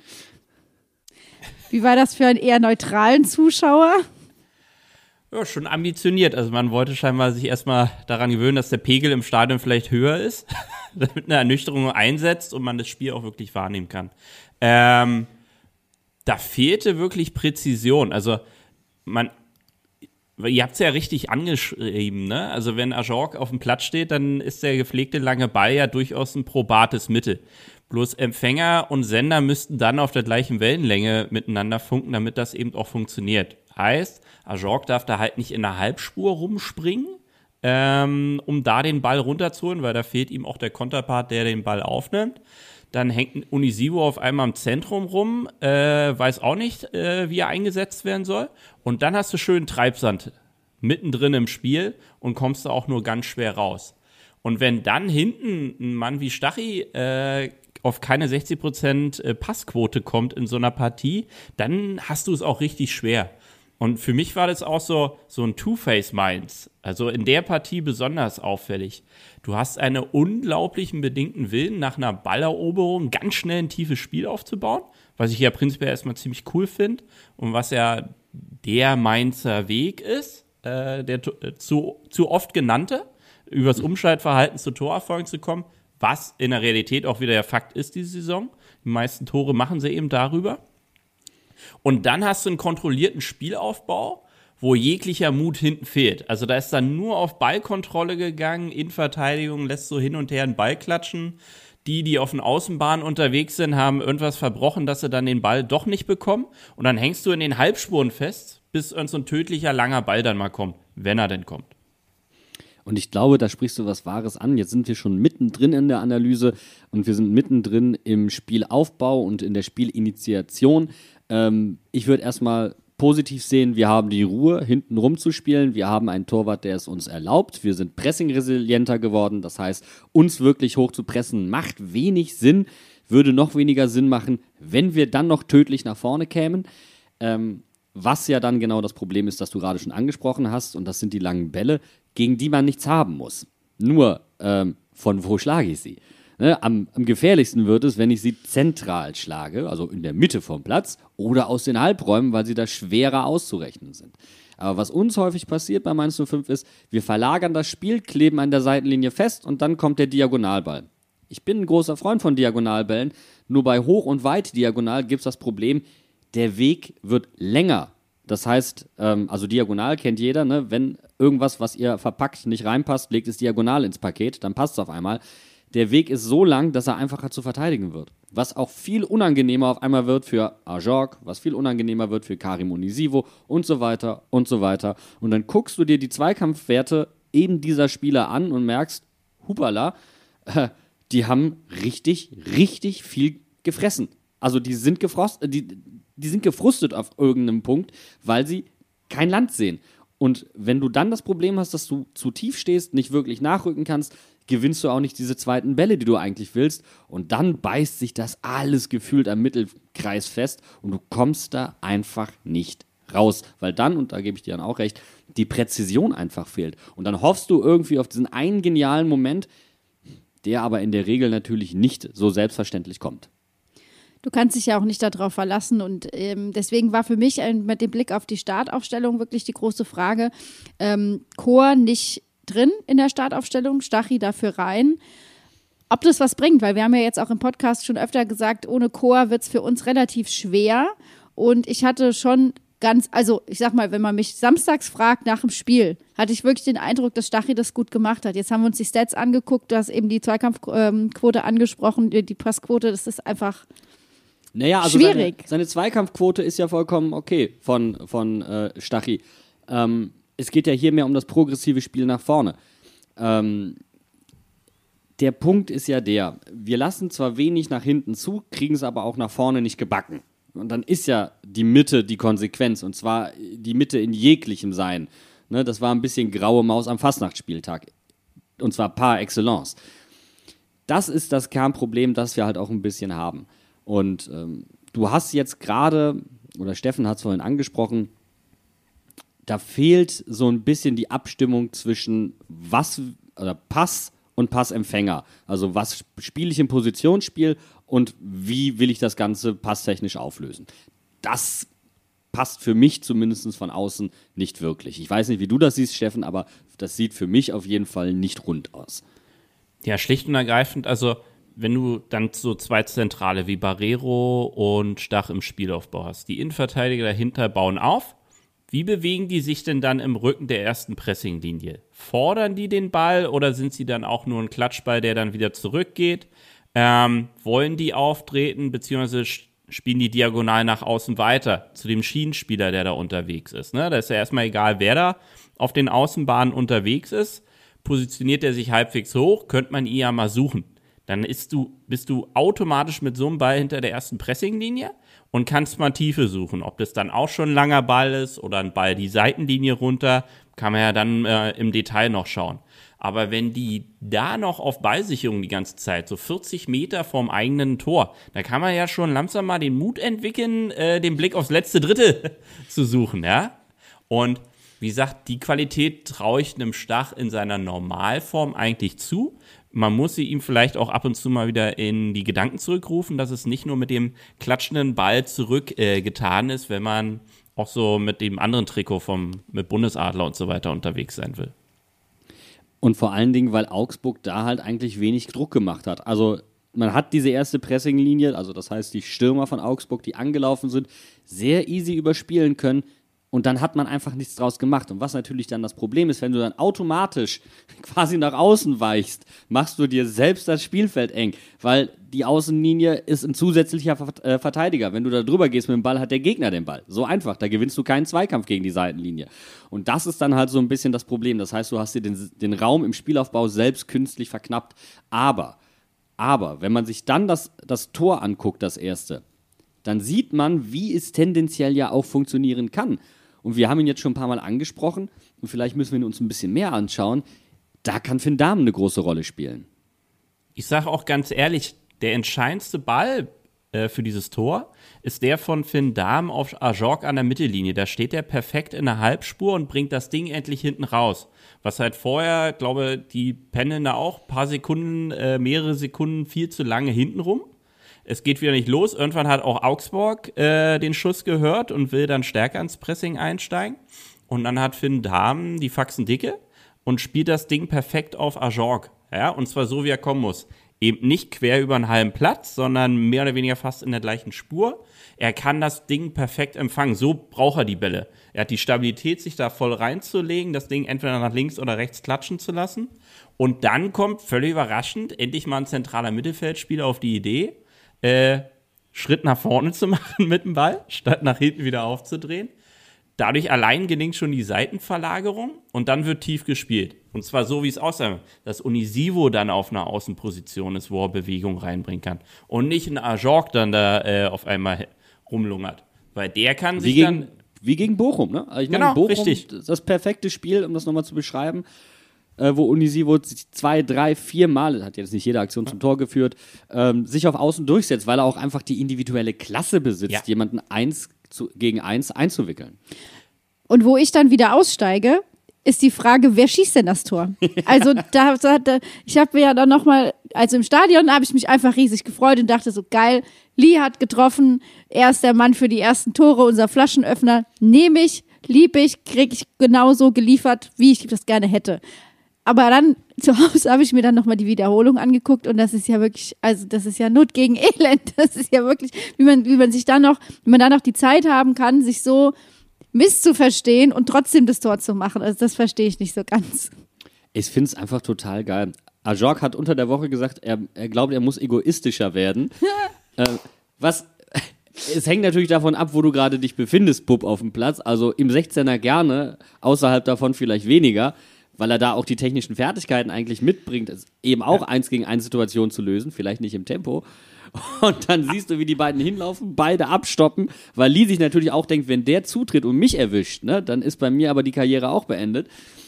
Wie war das für einen eher neutralen Zuschauer? Ja, schon ambitioniert. Also man wollte scheinbar sich erstmal daran gewöhnen, dass der Pegel im Stadion vielleicht höher ist, damit eine Ernüchterung einsetzt und man das Spiel auch wirklich wahrnehmen kann. Ähm, da fehlte wirklich Präzision. Also man, ihr habt es ja richtig angeschrieben, ne? Also wenn Ajorc auf dem Platz steht, dann ist der gepflegte lange Ball ja durchaus ein probates Mittel. Bloß Empfänger und Sender müssten dann auf der gleichen Wellenlänge miteinander funken, damit das eben auch funktioniert. Heißt, Ajorc darf da halt nicht in der Halbspur rumspringen, ähm, um da den Ball runterzuholen, weil da fehlt ihm auch der Konterpart, der den Ball aufnimmt. Dann hängt ein Unisivo auf einmal im Zentrum rum, äh, weiß auch nicht, äh, wie er eingesetzt werden soll. Und dann hast du schön Treibsand mittendrin im Spiel und kommst da auch nur ganz schwer raus. Und wenn dann hinten ein Mann wie Stachy äh, auf keine sechzig Prozent Passquote kommt in so einer Partie, dann hast du es auch richtig schwer. Und für mich war das auch so, so ein Two-Face-Mainz. Also in der Partie besonders auffällig. Du hast einen unglaublichen bedingten Willen, nach einer Balleroberung ganz schnell ein tiefes Spiel aufzubauen, was ich ja prinzipiell erstmal ziemlich cool finde und was ja der Mainzer Weg ist, äh, der äh, zu, zu oft genannte, übers Umschaltverhalten zu Torerfolgen zu kommen, was in der Realität auch wieder der Fakt ist diese Saison. Die meisten Tore machen sie eben darüber. Und dann hast du einen kontrollierten Spielaufbau, wo jeglicher Mut hinten fehlt. Also da ist dann nur auf Ballkontrolle gegangen, in Verteidigung lässt so hin und her einen Ball klatschen. Die, die auf den Außenbahnen unterwegs sind, haben irgendwas verbrochen, dass sie dann den Ball doch nicht bekommen. Und dann hängst du in den Halbspuren fest, bis irgend so ein tödlicher, langer Ball dann mal kommt, wenn er denn kommt. Und ich glaube, da sprichst du was Wahres an. Jetzt sind wir schon mittendrin in der Analyse und wir sind mittendrin im Spielaufbau und in der Spielinitiation. Ähm, ich würde erstmal positiv sehen, wir haben die Ruhe, hinten rumzuspielen. Wir haben einen Torwart, der es uns erlaubt. Wir sind pressingresilienter geworden. Das heißt, uns wirklich hoch zu pressen macht wenig Sinn, würde noch weniger Sinn machen, wenn wir dann noch tödlich nach vorne kämen. Ähm, was ja dann genau das Problem ist, das du gerade schon angesprochen hast. Und das sind die langen Bälle, gegen die man nichts haben muss. Nur, ähm, von wo schlage ich sie? Ne, am, am gefährlichsten wird es, wenn ich sie zentral schlage, also in der Mitte vom Platz oder aus den Halbräumen, weil sie da schwerer auszurechnen sind. Aber was uns häufig passiert bei Mainz null fünf ist, wir verlagern das Spiel, kleben an der Seitenlinie fest und dann kommt der Diagonalball. Ich bin ein großer Freund von Diagonalbällen, nur bei Hoch- und Weit-Diagonal gibt es das Problem, der Weg wird länger. Das heißt, ähm, also diagonal kennt jeder, ne? Wenn irgendwas, was ihr verpackt, nicht reinpasst, legt es diagonal ins Paket, dann passt es auf einmal. Der Weg ist so lang, dass er einfacher zu verteidigen wird. Was auch viel unangenehmer auf einmal wird für Ajorc, was viel unangenehmer wird für Karim Unisivo und so weiter und so weiter. Und dann guckst du dir die Zweikampfwerte eben dieser Spieler an und merkst, hupala, äh, die haben richtig, richtig viel gefressen. Also die sind gefrostet, die, die sind gefrustet auf irgendeinem Punkt, weil sie kein Land sehen. Und wenn du dann das Problem hast, dass du zu tief stehst, nicht wirklich nachrücken kannst, gewinnst du auch nicht diese zweiten Bälle, die du eigentlich willst. Und dann beißt sich das alles gefühlt am Mittelkreis fest und du kommst da einfach nicht raus. Weil dann, und da gebe ich dir dann auch recht, die Präzision einfach fehlt. Und dann hoffst du irgendwie auf diesen einen genialen Moment, der aber in der Regel natürlich nicht so selbstverständlich kommt. Du kannst dich ja auch nicht darauf verlassen und ähm, deswegen war für mich äh, mit dem Blick auf die Startaufstellung wirklich die große Frage, ähm, Chor nicht drin in der Startaufstellung, Stachy dafür rein, ob das was bringt, weil wir haben ja jetzt auch im Podcast schon öfter gesagt, ohne Chor wird es für uns relativ schwer und ich hatte schon ganz, also ich sag mal, wenn man mich samstags fragt nach dem Spiel, hatte ich wirklich den Eindruck, dass Stachy das gut gemacht hat. Jetzt haben wir uns die Stats angeguckt, du hast eben die Zweikampfquote ähm, angesprochen, die, die Passquote, das ist einfach naja, also schwierig. Seine, seine Zweikampfquote ist ja vollkommen okay von, von äh, Stachy. Ähm, es geht ja hier mehr um das progressive Spiel nach vorne. Ähm, der Punkt ist ja der, wir lassen zwar wenig nach hinten zu, kriegen es aber auch nach vorne nicht gebacken. Und dann ist ja die Mitte die Konsequenz, und zwar die Mitte in jeglichem Sein. Ne, das war ein bisschen graue Maus am Fastnachtsspieltag. Und zwar par excellence. Das ist das Kernproblem, das wir halt auch ein bisschen haben. Und ähm, du hast jetzt gerade, oder Steffen hat es vorhin angesprochen, da fehlt so ein bisschen die Abstimmung zwischen was, oder Pass und Passempfänger. Also was spiele ich im Positionsspiel und wie will ich das Ganze passtechnisch auflösen. Das passt für mich zumindest von außen nicht wirklich. Ich weiß nicht, wie du das siehst, Steffen, aber das sieht für mich auf jeden Fall nicht rund aus. Ja, schlicht und ergreifend, also wenn du dann so zwei Zentrale wie Barrero und Stach im Spielaufbau hast, die Innenverteidiger dahinter bauen auf. Wie bewegen die sich denn dann im Rücken der ersten Pressinglinie? Fordern die den Ball oder sind sie dann auch nur ein Klatschball, der dann wieder zurückgeht? Ähm, wollen die auftreten, beziehungsweise spielen die diagonal nach außen weiter zu dem Schienenspieler, der da unterwegs ist? Ne? Da ist ja erstmal egal, wer da auf den Außenbahnen unterwegs ist. Positioniert er sich halbwegs hoch, könnte man ihn ja mal suchen. Dann ist du, bist du automatisch mit so einem Ball hinter der ersten Pressinglinie und kannst mal Tiefe suchen. Ob das dann auch schon ein langer Ball ist oder ein Ball die Seitenlinie runter, kann man ja dann äh, im Detail noch schauen. Aber wenn die da noch auf Ballsicherung die ganze Zeit, so vierzig Meter vorm eigenen Tor, da kann man ja schon langsam mal den Mut entwickeln, äh, den Blick aufs letzte Drittel zu suchen, ja. Und wie gesagt, die Qualität traue ich einem Stach in seiner Normalform eigentlich zu. Man muss sie ihm vielleicht auch ab und zu mal wieder in die Gedanken zurückrufen, dass es nicht nur mit dem klatschenden Ball zurück äh, getan ist, wenn man auch so mit dem anderen Trikot vom, mit Bundesadler und so weiter unterwegs sein will. Und vor allen Dingen, weil Augsburg da halt eigentlich wenig Druck gemacht hat. Also man hat diese erste Pressinglinie, also das heißt die Stürmer von Augsburg, die angelaufen sind, sehr easy überspielen können. Und dann hat man einfach nichts draus gemacht. Und was natürlich dann das Problem ist, wenn du dann automatisch quasi nach außen weichst, machst du dir selbst das Spielfeld eng. Weil die Außenlinie ist ein zusätzlicher Verteidiger. Wenn du da drüber gehst mit dem Ball, hat der Gegner den Ball. So einfach. Da gewinnst du keinen Zweikampf gegen die Seitenlinie. Und das ist dann halt so ein bisschen das Problem. Das heißt, du hast dir den, den Raum im Spielaufbau selbst künstlich verknappt. Aber, aber, wenn man sich dann das, das Tor anguckt, das erste, dann sieht man, wie es tendenziell ja auch funktionieren kann. Und wir haben ihn jetzt schon ein paar Mal angesprochen und vielleicht müssen wir ihn uns ein bisschen mehr anschauen. Da kann Finn Dahmen eine große Rolle spielen. Ich sage auch ganz ehrlich, der entscheidendste Ball äh, für dieses Tor ist der von Finn Dahmen auf Ajorg an der Mittellinie. Da steht er perfekt in der Halbspur und bringt das Ding endlich hinten raus. Was halt vorher, glaube die pendeln da auch ein paar Sekunden, äh, mehrere Sekunden viel zu lange hinten rum. Es geht wieder nicht los. Irgendwann hat auch Augsburg äh, den Schuss gehört und will dann stärker ins Pressing einsteigen. Und dann hat Finn Dahmen die Faxen dicke und spielt das Ding perfekt auf Ajorg. Ja, und zwar so, wie er kommen muss. Eben nicht quer über einen halben Platz, sondern mehr oder weniger fast in der gleichen Spur. Er kann das Ding perfekt empfangen. So braucht er die Bälle. Er hat die Stabilität, sich da voll reinzulegen, das Ding entweder nach links oder rechts klatschen zu lassen. Und dann kommt, völlig überraschend, endlich mal ein zentraler Mittelfeldspieler auf die Idee, Äh, Schritt nach vorne zu machen mit dem Ball, statt nach hinten wieder aufzudrehen. Dadurch allein gelingt schon die Seitenverlagerung und dann wird tief gespielt. Und zwar so, wie es aussah, dass Unisivo dann auf einer Außenposition ist, wo er Bewegung reinbringen kann. Und nicht ein Ajorg dann da äh, auf einmal rumlungert. Weil der kann sich wie gegen, dann... Wie gegen Bochum, ne? Ich meine, genau, Bochum, richtig. Das perfekte Spiel, um das nochmal zu beschreiben, Äh, wo Unisivo zwei, drei, vier Mal, hat jetzt nicht jede Aktion zum Tor geführt, ähm, sich auf Außen durchsetzt, weil er auch einfach die individuelle Klasse besitzt, ja. jemanden eins zu, gegen eins einzuwickeln. Und wo ich dann wieder aussteige, ist die Frage, wer schießt denn das Tor? Also da, da ich habe mir ja dann nochmal, also im Stadion habe ich mich einfach riesig gefreut und dachte so, geil, Lee hat getroffen, er ist der Mann für die ersten Tore, unser Flaschenöffner, nehme ich, lieb ich, kriege ich genauso geliefert, wie ich das gerne hätte. Aber dann zu Hause habe ich mir dann nochmal die Wiederholung angeguckt und das ist ja wirklich, also das ist ja Not gegen Elend. Das ist ja wirklich, wie man, wie man sich dann noch, wie man dann noch die Zeit haben kann, sich so misszuverstehen und trotzdem das Tor zu machen. Also das verstehe ich nicht so ganz. Ich finde es einfach total geil. Ajorg hat unter der Woche gesagt, er, er glaubt, er muss egoistischer werden. äh, was, es hängt natürlich davon ab, wo du gerade dich befindest, Bub, auf dem Platz. Also im sechzehner gerne, außerhalb davon vielleicht weniger, weil er da auch die technischen Fertigkeiten eigentlich mitbringt, eben auch eins gegen eins Situationen zu lösen, vielleicht nicht im Tempo. Und dann siehst du, wie die beiden hinlaufen, beide abstoppen, weil Lee sich natürlich auch denkt, wenn der zutritt und mich erwischt, ne, dann ist bei mir aber die Karriere auch beendet.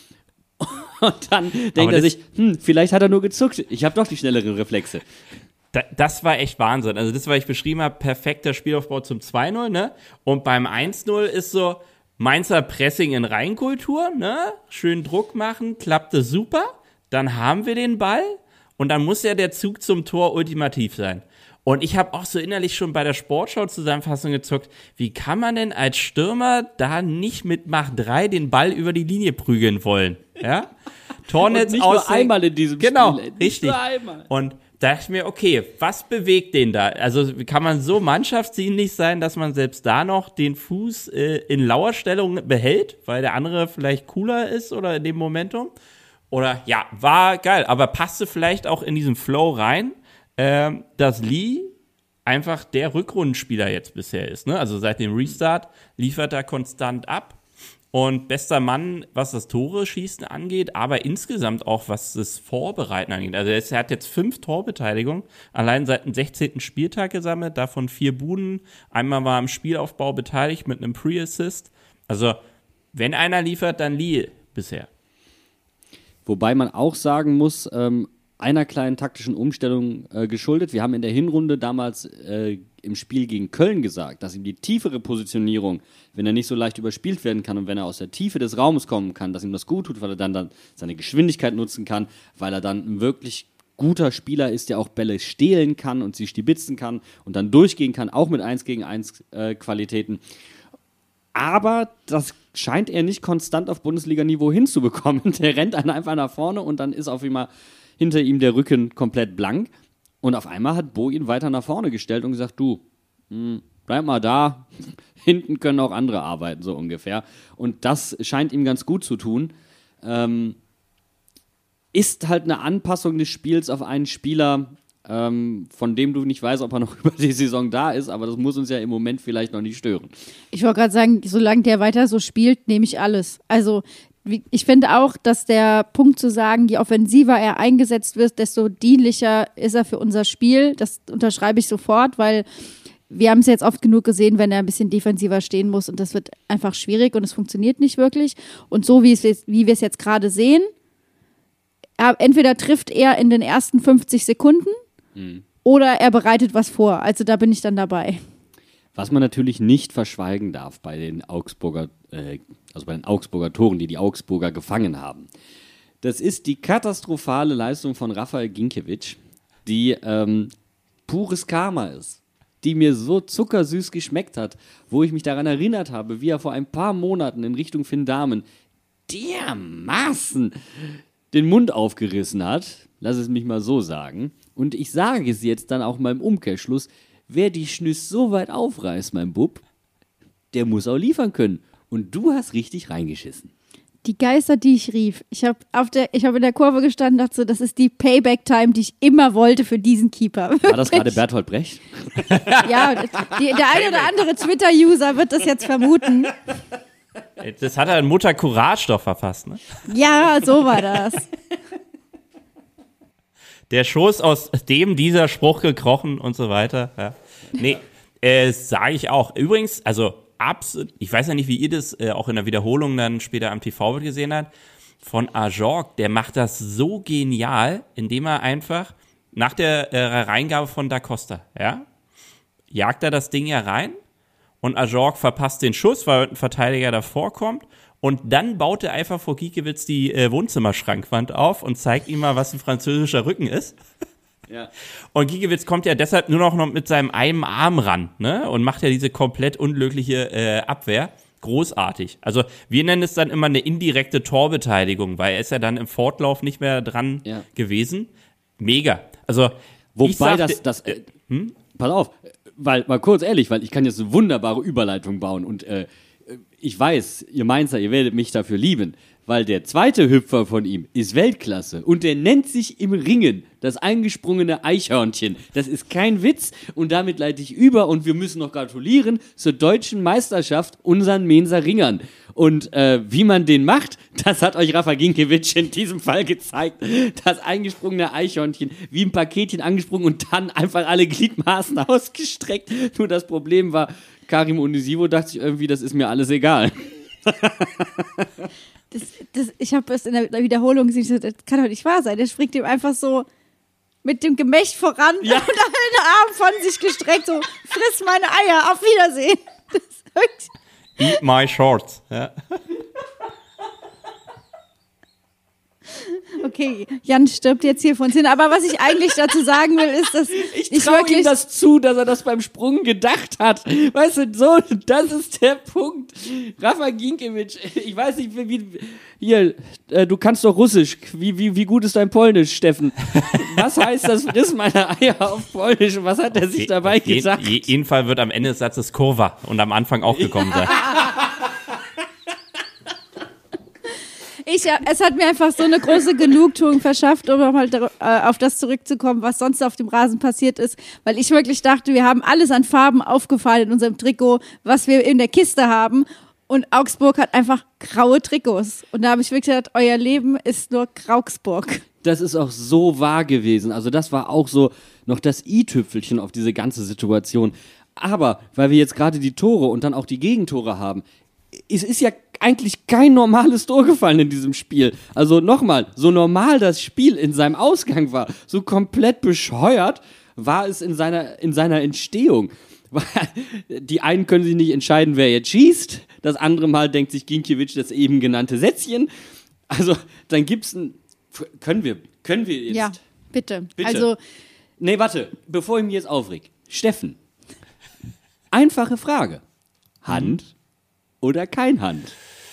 Und dann denkt er sich, hm, vielleicht hat er nur gezuckt, ich habe doch die schnelleren Reflexe. Da, das war echt Wahnsinn. Also das, was ich beschrieben habe, perfekter Spielaufbau zum zwei null, ne? Und beim eins null ist so Mainzer Pressing in Reinkultur, ne? Schön Druck machen, klappte super. Dann haben wir den Ball und dann muss ja der Zug zum Tor ultimativ sein. Und ich habe auch so innerlich schon bei der Sportschau-Zusammenfassung gezuckt, wie kann man denn als Stürmer da nicht mit Macht drei den Ball über die Linie prügeln wollen? Ja? Tornetz nicht aus. nur einmal in diesem genau, Spiel. Genau, richtig. Nur einmal. Und da dachte ich mir, okay, was bewegt den da? Also kann man so mannschaftsdienlich sein, dass man selbst da noch den Fuß äh, in Lauerstellung behält, weil der andere vielleicht cooler ist oder in dem Momentum? Oder ja, war geil, aber passte vielleicht auch in diesen Flow rein, ähm, dass Lee einfach der Rückrundenspieler jetzt bisher ist. Ne? Also seit dem Restart liefert er konstant ab. Und bester Mann, was das Tore-Schießen angeht, aber insgesamt auch, was das Vorbereiten angeht. Also er hat jetzt fünf Torbeteiligungen, allein seit dem sechzehnten Spieltag gesammelt, davon vier Buden. Einmal war er am Spielaufbau beteiligt mit einem Pre-Assist. Also wenn einer liefert, dann Lee bisher. Wobei man auch sagen muss, ähm, einer kleinen taktischen Umstellung äh, geschuldet. Wir haben in der Hinrunde damals äh, im Spiel gegen Köln gesagt, dass ihm die tiefere Positionierung, wenn er nicht so leicht überspielt werden kann und wenn er aus der Tiefe des Raumes kommen kann, dass ihm das gut tut, weil er dann, dann seine Geschwindigkeit nutzen kann, weil er dann ein wirklich guter Spieler ist, der auch Bälle stehlen kann und sie stibitzen kann und dann durchgehen kann, auch mit eins gegen eins äh, Qualitäten. Aber das scheint er nicht konstant auf Bundesliga-Niveau hinzubekommen. Der rennt dann einfach nach vorne und dann ist auf einmal hinter ihm der Rücken komplett blank. Und auf einmal hat Bo ihn weiter nach vorne gestellt und gesagt, du, mh, bleib mal da, hinten können auch andere arbeiten, so ungefähr. Und das scheint ihm ganz gut zu tun. Ähm, ist halt eine Anpassung des Spiels auf einen Spieler, ähm, von dem du nicht weißt, ob er noch über die Saison da ist, aber das muss uns ja im Moment vielleicht noch nicht stören. Ich wollte gerade sagen, solange der weiter so spielt, nehme ich alles. Also ich finde auch, dass der Punkt zu sagen, je offensiver er eingesetzt wird, desto dienlicher ist er für unser Spiel. Das unterschreibe ich sofort, weil wir haben es jetzt oft genug gesehen, wenn er ein bisschen defensiver stehen muss und das wird einfach schwierig und es funktioniert nicht wirklich. Und so wie, es, wie wir es jetzt gerade sehen, er, entweder trifft er in den ersten fünfzig Sekunden mhm. oder er bereitet was vor. Also da bin ich dann dabei. Was man natürlich nicht verschweigen darf bei den Augsburger, äh, also bei den Augsburger Toren, die die Augsburger gefangen haben. Das ist die katastrophale Leistung von Rafael Ginkiewicz, die ähm, pures Karma ist, die mir so zuckersüß geschmeckt hat, wo ich mich daran erinnert habe, wie er vor ein paar Monaten in Richtung Finn Dahmen dermaßen den Mund aufgerissen hat, lass es mich mal so sagen. Und ich sage es jetzt dann auch mal im Umkehrschluss, wer die Schnüss so weit aufreißt, mein Bub, der muss auch liefern können. Und du hast richtig reingeschissen. Die Geister, die ich rief. Ich habe hab in der Kurve gestanden und dachte so, das ist die Payback-Time, die ich immer wollte für diesen Keeper. War das gerade Bertolt Brecht? Ja, die, der eine oder andere Twitter-User wird das jetzt vermuten. Das hat er in Mutter Courage doch verfasst, ne? Ja, so war das. Der Schoß, aus dem dieser Spruch gekrochen und so weiter. Ja. Nee, äh, sage ich auch. Übrigens, also absolut, ich weiß ja nicht, wie ihr das äh, auch in der Wiederholung dann später am T V gesehen habt, von Ajorg, der macht das so genial, indem er einfach nach der äh, Reingabe von Da Costa, ja, jagt er das Ding ja rein und Ajorg verpasst den Schuss, weil ein Verteidiger davor kommt. Und dann baut er einfach vor Giekewitz die äh, Wohnzimmerschrankwand auf und zeigt ihm mal, was ein französischer Rücken ist. Ja. Und Giekewitz kommt ja deshalb nur noch, noch mit seinem einen Arm ran, ne? Und macht ja diese komplett unglückliche äh, Abwehr. Großartig. Also wir nennen es dann immer eine indirekte Torbeteiligung, weil er ist ja dann im Fortlauf nicht mehr dran ja. gewesen. Mega. Also Wobei ich sag, das, das äh, hm? pass auf, weil, mal kurz ehrlich, weil ich kann jetzt eine wunderbare Überleitung bauen und äh, ich weiß, ihr Mainzer, ihr werdet mich dafür lieben, weil der zweite Hüpfer von ihm ist Weltklasse und der nennt sich im Ringen das eingesprungene Eichhörnchen. Das ist kein Witz und damit leite ich über und wir müssen noch gratulieren zur deutschen Meisterschaft unseren Mainzer Ringern. Und äh, wie man den macht, das hat euch Rafa Ginkiewicz in diesem Fall gezeigt. Das eingesprungene Eichhörnchen, wie ein Paketchen angesprungen und dann einfach alle Gliedmaßen ausgestreckt. Nur das Problem war, Karim Unisivo dachte sich irgendwie, das ist mir alles egal. Das, das, ich habe es in der Wiederholung gesehen, das kann doch nicht wahr sein. Der springt ihm einfach so mit dem Gemächt voran ja. und dann den Arm von sich gestreckt, so, friss meine Eier, auf Wiedersehen. Das ist wirklich Eat my shorts. Ja. Okay, Jan stirbt jetzt hier von uns hin. Aber was ich eigentlich dazu sagen will, ist, dass ich, ich traue wirklich ihm das zu, dass er das beim Sprung gedacht hat. Weißt du, so, das ist der Punkt. Rafa Ginkiewicz, ich weiß nicht, wie, wie hier, äh, du kannst doch Russisch. Wie, wie, wie gut ist dein Polnisch, Steffen? Was heißt das, friss meine Eier auf Polnisch? Was hat er sich Je, dabei je, gedacht? Je, jeden Fall wird am Ende des Satzes Kurva und am Anfang auch gekommen sein. Ich, es hat mir einfach so eine große Genugtuung verschafft, um nochmal äh, auf das zurückzukommen, was sonst auf dem Rasen passiert ist, weil ich wirklich dachte, wir haben alles an Farben aufgefallen in unserem Trikot, was wir in der Kiste haben, und Augsburg hat einfach graue Trikots. Und da habe ich wirklich gedacht, euer Leben ist nur Augsburg. Das ist auch so wahr gewesen. Also das war auch so noch das i-Tüpfelchen auf diese ganze Situation. Aber, weil wir jetzt gerade die Tore und dann auch die Gegentore haben, es ist ja eigentlich kein normales Tor gefallen in diesem Spiel. Also nochmal, so normal das Spiel in seinem Ausgang war, so komplett bescheuert war es in seiner, in seiner Entstehung. Die einen können sich nicht entscheiden, wer jetzt schießt, das andere Mal denkt sich Ginkiewicz das eben genannte Sätzchen. Also dann gibt's ein, können wir, können wir jetzt? Ja, bitte. bitte. Also, nee, warte, bevor ich mich jetzt aufreg. Steffen, einfache Frage. Hand oder kein Hand?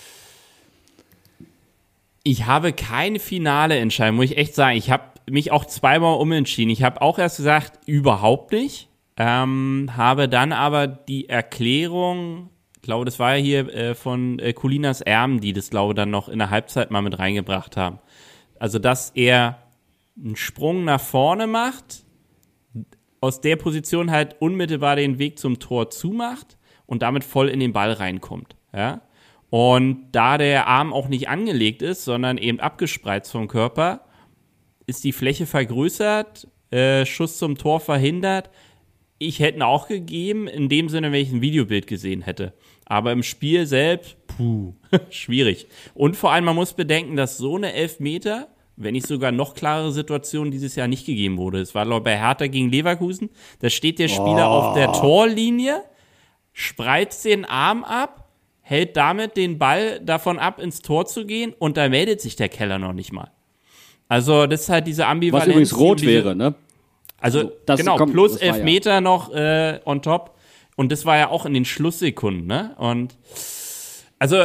Ich habe keine finale Entscheidung, muss ich echt sagen. Ich habe mich auch zweimal umentschieden. Ich habe auch erst gesagt, überhaupt nicht. Ähm, habe dann aber die Erklärung, ich glaube, das war ja hier äh, von äh, Colinas Erben, die das, glaube ich, dann noch in der Halbzeit mal mit reingebracht haben. Also, dass er einen Sprung nach vorne macht, aus der Position halt unmittelbar den Weg zum Tor zumacht und damit voll in den Ball reinkommt. Ja? Und da der Arm auch nicht angelegt ist, sondern eben abgespreizt vom Körper, ist die Fläche vergrößert, äh, Schuss zum Tor verhindert. Ich hätte ihn auch gegeben, in dem Sinne, wenn ich ein Videobild gesehen hätte. Aber im Spiel selbst, puh, schwierig. Und vor allem, man muss bedenken, dass so eine Elfmeter, wenn nicht sogar noch klarere Situation dieses Jahr nicht gegeben wurde. Es war, glaube ich, bei Hertha gegen Leverkusen. Da steht der Spieler oh. auf der Torlinie, spreizt den Arm ab, hält damit den Ball davon ab, ins Tor zu gehen, und da meldet sich der Keller noch nicht mal. Also das ist halt diese Ambivalenz. Was übrigens rot diese, wäre, ne? Also, das genau, kommt, plus elf ja. Meter noch äh, on top. Und das war ja auch in den Schlusssekunden, ne? Und also,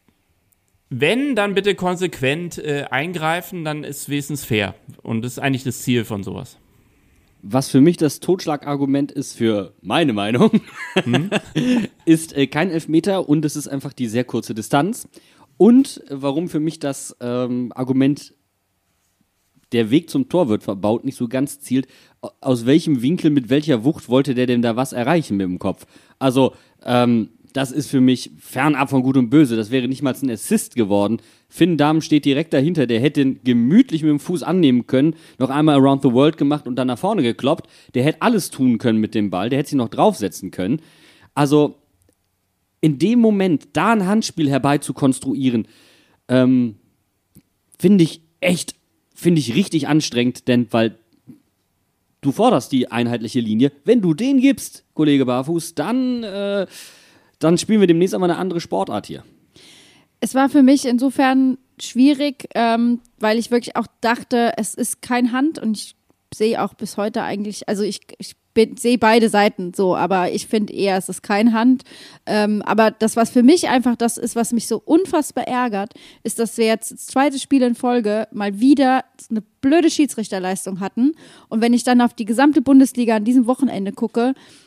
wenn, dann bitte konsequent äh, eingreifen, dann ist wenigstens fair. Und das ist eigentlich das Ziel von sowas. Was für mich das Totschlagargument ist, für meine Meinung, hm? ist äh, kein Elfmeter, und es ist einfach die sehr kurze Distanz. Und äh, warum für mich das ähm, Argument, der Weg zum Tor wird verbaut, nicht so ganz zielt, aus welchem Winkel, mit welcher Wucht wollte der denn da was erreichen mit dem Kopf? Also, ähm, das ist für mich fernab von Gut und Böse. Das wäre nicht mal ein Assist geworden. Finn Dahmen steht direkt dahinter. Der hätte ihn gemütlich mit dem Fuß annehmen können, noch einmal Around the World gemacht und dann nach vorne gekloppt. Der hätte alles tun können mit dem Ball. Der hätte sich noch draufsetzen können. Also, in dem Moment, da ein Handspiel herbeizukonstruieren, ähm, finde ich echt, finde ich richtig anstrengend, denn weil du forderst die einheitliche Linie. Wenn du den gibst, Kollege Barfuß, dann, äh, dann spielen wir demnächst einmal eine andere Sportart hier. Es war für mich insofern schwierig, ähm, weil ich wirklich auch dachte, es ist kein Hand, und ich sehe auch bis heute eigentlich, also ich, ich sehe beide Seiten so, aber ich finde eher, es ist kein Hand. Ähm, aber das, was für mich einfach das ist, was mich so unfassbar ärgert, ist, dass wir jetzt das zweite Spiel in Folge mal wieder eine blöde Schiedsrichterleistung hatten. Und wenn ich dann auf die gesamte Bundesliga an diesem Wochenende gucke,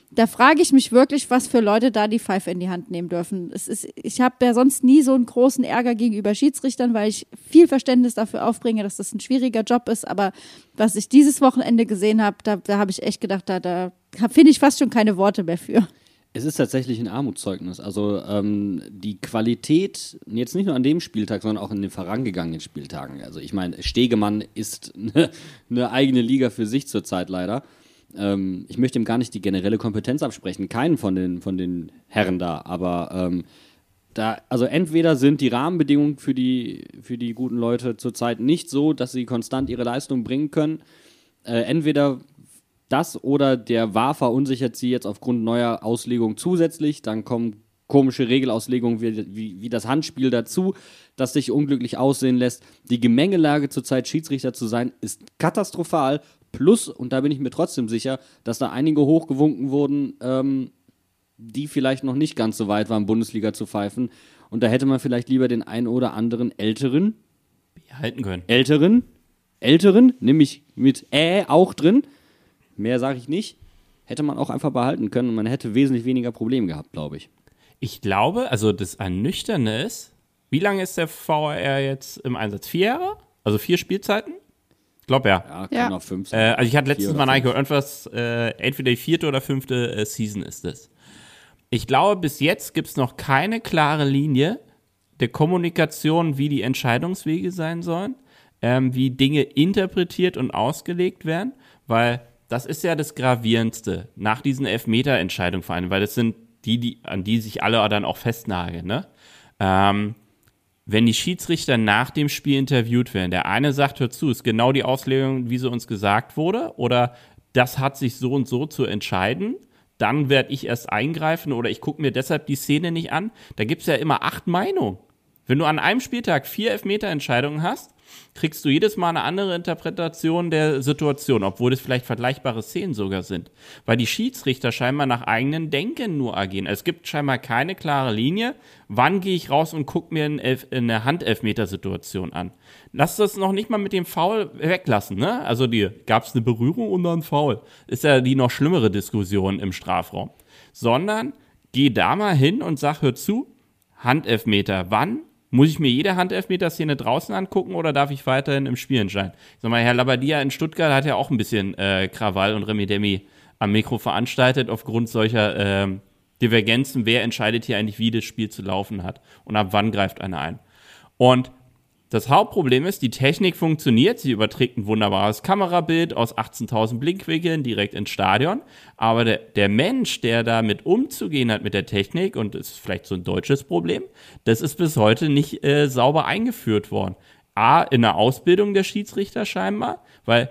da frage ich mich wirklich, was für Leute da die Pfeife in die Hand nehmen dürfen. Es ist, ich habe ja sonst nie so einen großen Ärger gegenüber Schiedsrichtern, weil ich viel Verständnis dafür aufbringe, dass das ein schwieriger Job ist. Aber was ich dieses Wochenende gesehen habe, da, da habe ich echt gedacht, da, da finde ich fast schon keine Worte mehr für. Es ist tatsächlich ein Armutszeugnis. Also ähm, die Qualität, jetzt nicht nur an dem Spieltag, sondern auch in den vorangegangenen Spieltagen. Also ich meine, Stegemann ist eine, eine eigene Liga für sich zurzeit leider. Ähm, ich möchte ihm gar nicht die generelle Kompetenz absprechen, keinen von den, von den Herren da, aber ähm, da, also entweder sind die Rahmenbedingungen für die, für die guten Leute zurzeit nicht so, dass sie konstant ihre Leistung bringen können. Äh, entweder das oder der V A R verunsichert sie jetzt aufgrund neuer Auslegung zusätzlich. Dann kommen komische Regelauslegungen wie, wie, wie das Handspiel dazu, das sich unglücklich aussehen lässt. Die Gemengelage zurzeit Schiedsrichter zu sein, ist katastrophal. Plus, und da bin ich mir trotzdem sicher, dass da einige hochgewunken wurden, ähm, die vielleicht noch nicht ganz so weit waren, Bundesliga zu pfeifen. Und da hätte man vielleicht lieber den einen oder anderen Älteren behalten können. Älteren, Älteren, nämlich mit Ä auch drin, mehr sage ich nicht, hätte man auch einfach behalten können und man hätte wesentlich weniger Probleme gehabt, glaube ich. Ich glaube, also das Ernüchternde ist, wie lange ist der V A R jetzt im Einsatz? Vier Jahre? Also vier Spielzeiten? Ich glaube, ja. Ja, kann Ja. auch fünf Äh, sein. also ich hatte letztens Vier mal oder nachgehört, irgendwas, äh, entweder die vierte oder fünfte äh, Season ist es. Ich glaube, bis jetzt gibt es noch keine klare Linie der Kommunikation, wie die Entscheidungswege sein sollen, ähm, wie Dinge interpretiert und ausgelegt werden, weil das ist ja das Gravierendste nach diesen Elfmeter-Entscheidungen vor allem, weil das sind die, die, an die sich alle dann auch festnageln, ne? Ähm, wenn die Schiedsrichter nach dem Spiel interviewt werden, der eine sagt, hör zu, ist genau die Auslegung, wie sie uns gesagt wurde, oder das hat sich so und so zu entscheiden, dann werde ich erst eingreifen oder ich gucke mir deshalb die Szene nicht an. Da gibt es ja immer acht Meinungen. Wenn du an einem Spieltag vier Elfmeter-Entscheidungen hast, kriegst du jedes Mal eine andere Interpretation der Situation, obwohl es vielleicht vergleichbare Szenen sogar sind. Weil die Schiedsrichter scheinbar nach eigenen Denken nur agieren. Es gibt scheinbar keine klare Linie, wann gehe ich raus und gucke mir eine Handelfmeter-Situation an. Lass das noch nicht mal mit dem Foul weglassen, ne? Also gab es eine Berührung und dann Foul. Ist ja die noch schlimmere Diskussion im Strafraum. Sondern geh da mal hin und sag, hör zu, Handelfmeter, wann? Muss ich mir jede Handelfmeter-Szene draußen angucken oder darf ich weiterhin im Spiel entscheiden? Ich sag mal, Herr Labbadia in Stuttgart hat ja auch ein bisschen äh, Krawall und Remi-Demi am Mikro veranstaltet aufgrund solcher äh, Divergenzen. Wer entscheidet hier eigentlich, wie das Spiel zu laufen hat und ab wann greift einer ein? Und das Hauptproblem ist, die Technik funktioniert, sie überträgt ein wunderbares Kamerabild aus achtzehntausend Blickwinkeln direkt ins Stadion, aber der, der Mensch, der damit umzugehen hat mit der Technik, und das ist vielleicht so ein deutsches Problem, das ist bis heute nicht äh, sauber eingeführt worden. A, in der Ausbildung der Schiedsrichter scheinbar, weil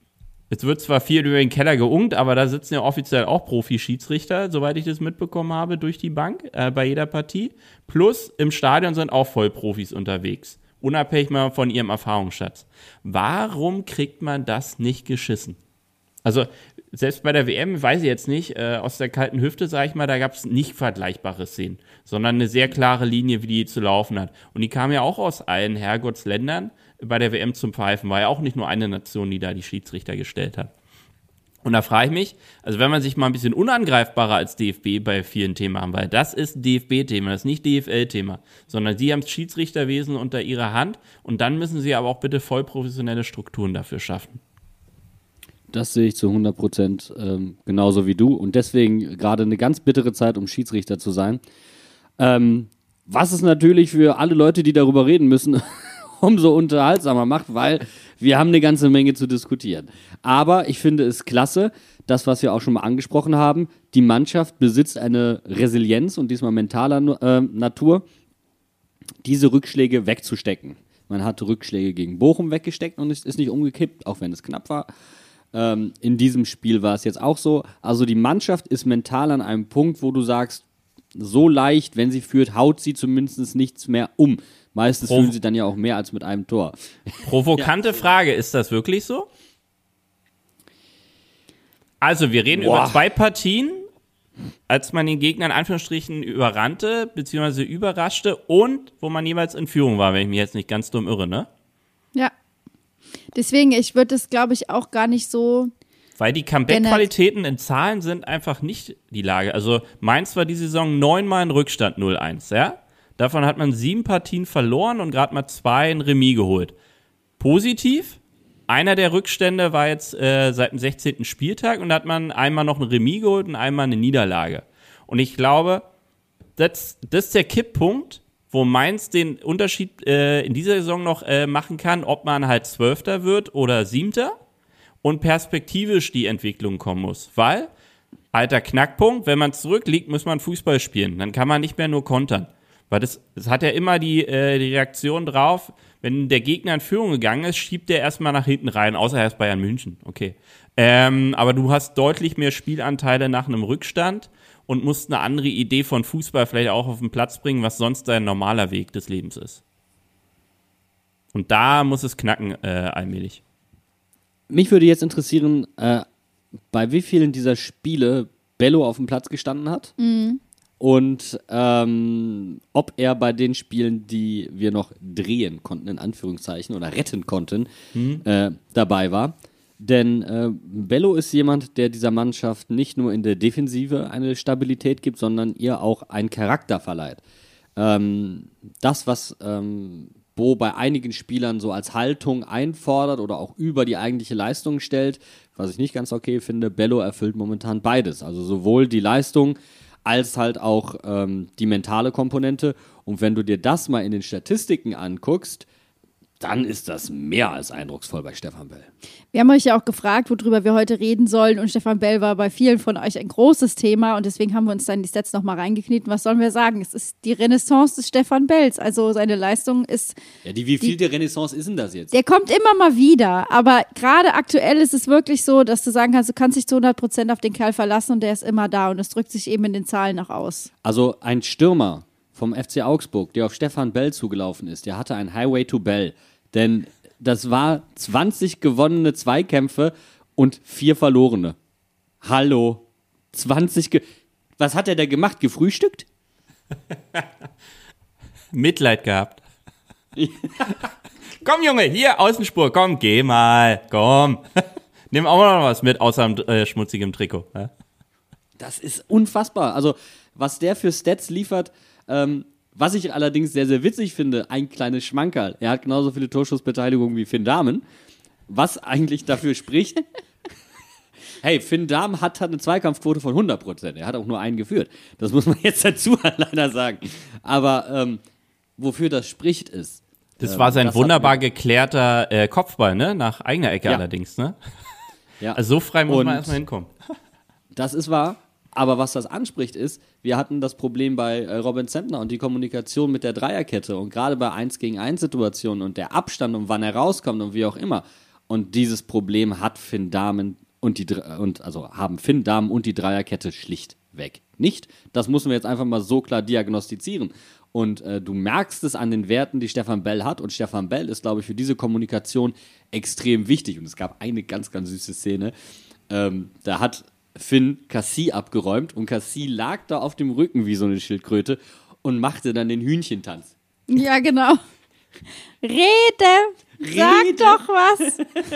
es wird zwar viel über den Keller geungt, aber da sitzen ja offiziell auch Profi-Schiedsrichter, soweit ich das mitbekommen habe, durch die Bank äh, bei jeder Partie. Plus im Stadion sind auch Vollprofis unterwegs. Unabhängig mal von ihrem Erfahrungsschatz. Warum kriegt man das nicht geschissen? Also selbst bei der W M, weiß ich jetzt nicht, äh, aus der kalten Hüfte, sage ich mal, da gab es nicht vergleichbare Szenen, sondern eine sehr klare Linie, wie die zu laufen hat. Und die kam ja auch aus allen Herrgottsländern bei der W M zum Pfeifen. War ja auch nicht nur eine Nation, die da die Schiedsrichter gestellt hat. Und da frage ich mich, also wenn man sich mal ein bisschen unangreifbarer als D F B bei vielen Themen machen, weil das ist ein D F B-Thema, das ist nicht D F L-Thema, sondern sie haben das Schiedsrichterwesen unter ihrer Hand und dann müssen sie aber auch bitte voll professionelle Strukturen dafür schaffen. Das sehe ich zu hundert Prozent ähm, genauso wie du und deswegen gerade eine ganz bittere Zeit, um Schiedsrichter zu sein. Ähm, was es natürlich für alle Leute, die darüber reden müssen, umso unterhaltsamer macht, weil wir haben eine ganze Menge zu diskutieren. Aber ich finde es klasse, das, was wir auch schon mal angesprochen haben, die Mannschaft besitzt eine Resilienz und diesmal mentaler äh, Natur, diese Rückschläge wegzustecken. Man hat Rückschläge gegen Bochum weggesteckt und es ist nicht umgekippt, auch wenn es knapp war. Ähm, in diesem Spiel war es jetzt auch so. Also die Mannschaft ist mental an einem Punkt, wo du sagst, so leicht, wenn sie führt, haut sie zumindest nichts mehr um. Meistens Pro- fühlen sie dann ja auch mehr als mit einem Tor. Provokante ja. Frage, ist das wirklich so? Also wir reden Boah. über zwei Partien, als man den Gegner in Anführungsstrichen überrannte, beziehungsweise überraschte und wo man jeweils in Führung war, wenn ich mich jetzt nicht ganz dumm irre, ne? Ja. Deswegen, ich würde es, glaube ich, auch gar nicht so Weil die Comeback-Qualitäten in Zahlen sind einfach nicht die Lage. Also Mainz war die Saison neunmal in Rückstand null eins, ja? Davon hat man sieben Partien verloren und gerade mal zwei in Remis geholt. Positiv, einer der Rückstände war jetzt äh, seit dem sechzehnten Spieltag und da hat man einmal noch ein Remis geholt und einmal eine Niederlage. Und ich glaube, das, das ist der Kipppunkt, wo Mainz den Unterschied äh, in dieser Saison noch äh, machen kann, ob man halt Zwölfter wird oder Siebter. Und perspektivisch die Entwicklung kommen muss. Weil, alter Knackpunkt, wenn man zurückliegt, muss man Fußball spielen. Dann kann man nicht mehr nur kontern. Weil das, das hat ja immer die, äh, die Reaktion drauf, wenn der Gegner in Führung gegangen ist, schiebt der erstmal nach hinten rein, außer er ist Bayern München. Okay. Ähm, aber du hast deutlich mehr Spielanteile nach einem Rückstand und musst eine andere Idee von Fußball vielleicht auch auf den Platz bringen, was sonst dein normaler Weg des Lebens ist. Und da muss es knacken, äh, allmählich. Mich würde jetzt interessieren, äh, bei wie vielen dieser Spiele Bello auf dem Platz gestanden hat Mhm. und ähm, ob er bei den Spielen, die wir noch drehen konnten, in Anführungszeichen, oder retten konnten, Mhm. äh, dabei war. Denn äh, Bello ist jemand, der dieser Mannschaft nicht nur in der Defensive eine Stabilität gibt, sondern ihr auch einen Charakter verleiht. Ähm, das, was ähm, Bo bei einigen Spielern so als Haltung einfordert oder auch über die eigentliche Leistung stellt, was ich nicht ganz okay finde, Bello erfüllt momentan beides. Also sowohl die Leistung als halt auch ähm, die mentale Komponente. Und wenn du dir das mal in den Statistiken anguckst, dann ist das mehr als eindrucksvoll bei Stefan Bell. Wir haben euch ja auch gefragt, worüber wir heute reden sollen, und Stefan Bell war bei vielen von euch ein großes Thema und deswegen haben wir uns dann die Stats nochmal reingekniet. Was sollen wir sagen? Es ist die Renaissance des Stefan Bells, also seine Leistung ist... Ja, die, wie viel die, der Renaissance ist denn das jetzt? Der kommt immer mal wieder, aber gerade aktuell ist es wirklich so, dass du sagen kannst, du kannst dich zu hundert Prozent auf den Kerl verlassen und der ist immer da und das drückt sich eben in den Zahlen auch aus. Also ein Stürmer vom F C Augsburg, der auf Stefan Bell zugelaufen ist, der hatte ein Highway to Bell. Denn das war zwanzig gewonnene Zweikämpfe und vier verlorene. Hallo. zwanzig ge- Was hat er da gemacht? Gefrühstückt? Mitleid gehabt. Komm, Junge, hier, Außenspur, komm, geh mal, komm. Nimm auch noch was mit, außer einem äh, schmutzigem Trikot. Ja? Das ist unfassbar. Also, was der für Stats liefert, ähm, was ich allerdings sehr, sehr witzig finde, ein kleines Schmankerl. Er hat genauso viele Torschussbeteiligungen wie Finn Dahmen, was eigentlich dafür spricht, hey, Finn Dahmen hat, hat eine Zweikampfquote von hundert Prozent. Er hat auch nur einen geführt. Das muss man jetzt dazu leider sagen. Aber ähm, wofür das spricht ist... Das ähm, war sein das wunderbar hat mir- geklärter äh, Kopfball, ne? Nach eigener Ecke Ja. allerdings, ne? Ja. Also so frei muss Und man erstmal hinkommen. Das ist wahr. Aber was das anspricht ist, wir hatten das Problem bei äh, Robin Zentner und die Kommunikation mit der Dreierkette und gerade bei eins gegen eins Situationen und der Abstand und wann er rauskommt und wie auch immer. Und dieses Problem hat Finn Dahmen und die Dr- und also haben Finn Dahmen und die Dreierkette schlichtweg nicht. Das müssen wir jetzt einfach mal so klar diagnostizieren. Und äh, du merkst es an den Werten, die Stefan Bell hat. Und Stefan Bell ist, glaube ich, für diese Kommunikation extrem wichtig. Und es gab eine ganz, ganz süße Szene. Ähm, da hat Finn Cassie abgeräumt und Cassie lag da auf dem Rücken wie so eine Schildkröte und machte dann den Hühnchentanz. Ja, genau. Rede! Sag Rede. doch was!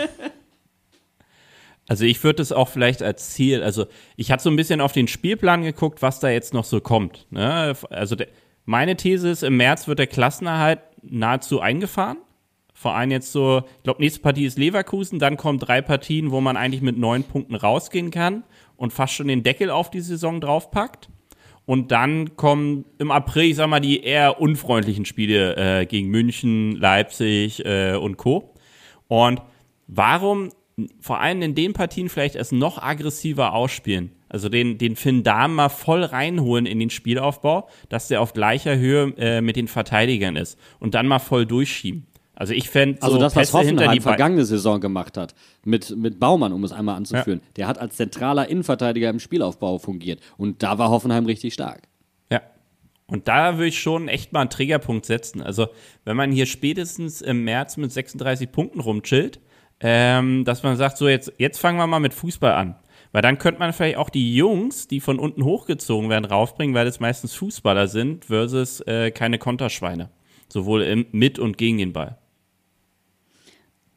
Also ich würde es auch vielleicht als Ziel, also ich hatte so ein bisschen auf den Spielplan geguckt, was da jetzt noch so kommt. Ne? Also der, meine These ist, im März wird der Klassenerhalt nahezu eingefahren. Vor allem jetzt so, ich glaube, nächste Partie ist Leverkusen, dann kommen drei Partien, wo man eigentlich mit neun Punkten rausgehen kann und fast schon den Deckel auf die Saison draufpackt. Und dann kommen im April, ich sag mal, die eher unfreundlichen Spiele äh, gegen München, Leipzig äh, und Co. Und warum vor allem in den Partien vielleicht erst noch aggressiver ausspielen? Also den, den Finn Dahmen mal voll reinholen in den Spielaufbau, dass der auf gleicher Höhe äh, mit den Verteidigern ist und dann mal voll durchschieben. Also ich fände so Also das, was Pässe hinter Hoffenheim die Be- vergangene Saison gemacht hat, mit, mit Baumann, um es einmal anzuführen, ja. Der hat als zentraler Innenverteidiger im Spielaufbau fungiert. Und da war Hoffenheim richtig stark. Ja. Und da würde ich schon echt mal einen Triggerpunkt setzen. Also wenn man hier spätestens im März mit sechsunddreißig Punkten rumchillt, ähm, dass man sagt, so jetzt, jetzt fangen wir mal mit Fußball an. Weil dann könnte man vielleicht auch die Jungs, die von unten hochgezogen werden, raufbringen, weil es meistens Fußballer sind versus äh, keine Konterschweine. Sowohl im, mit und gegen den Ball.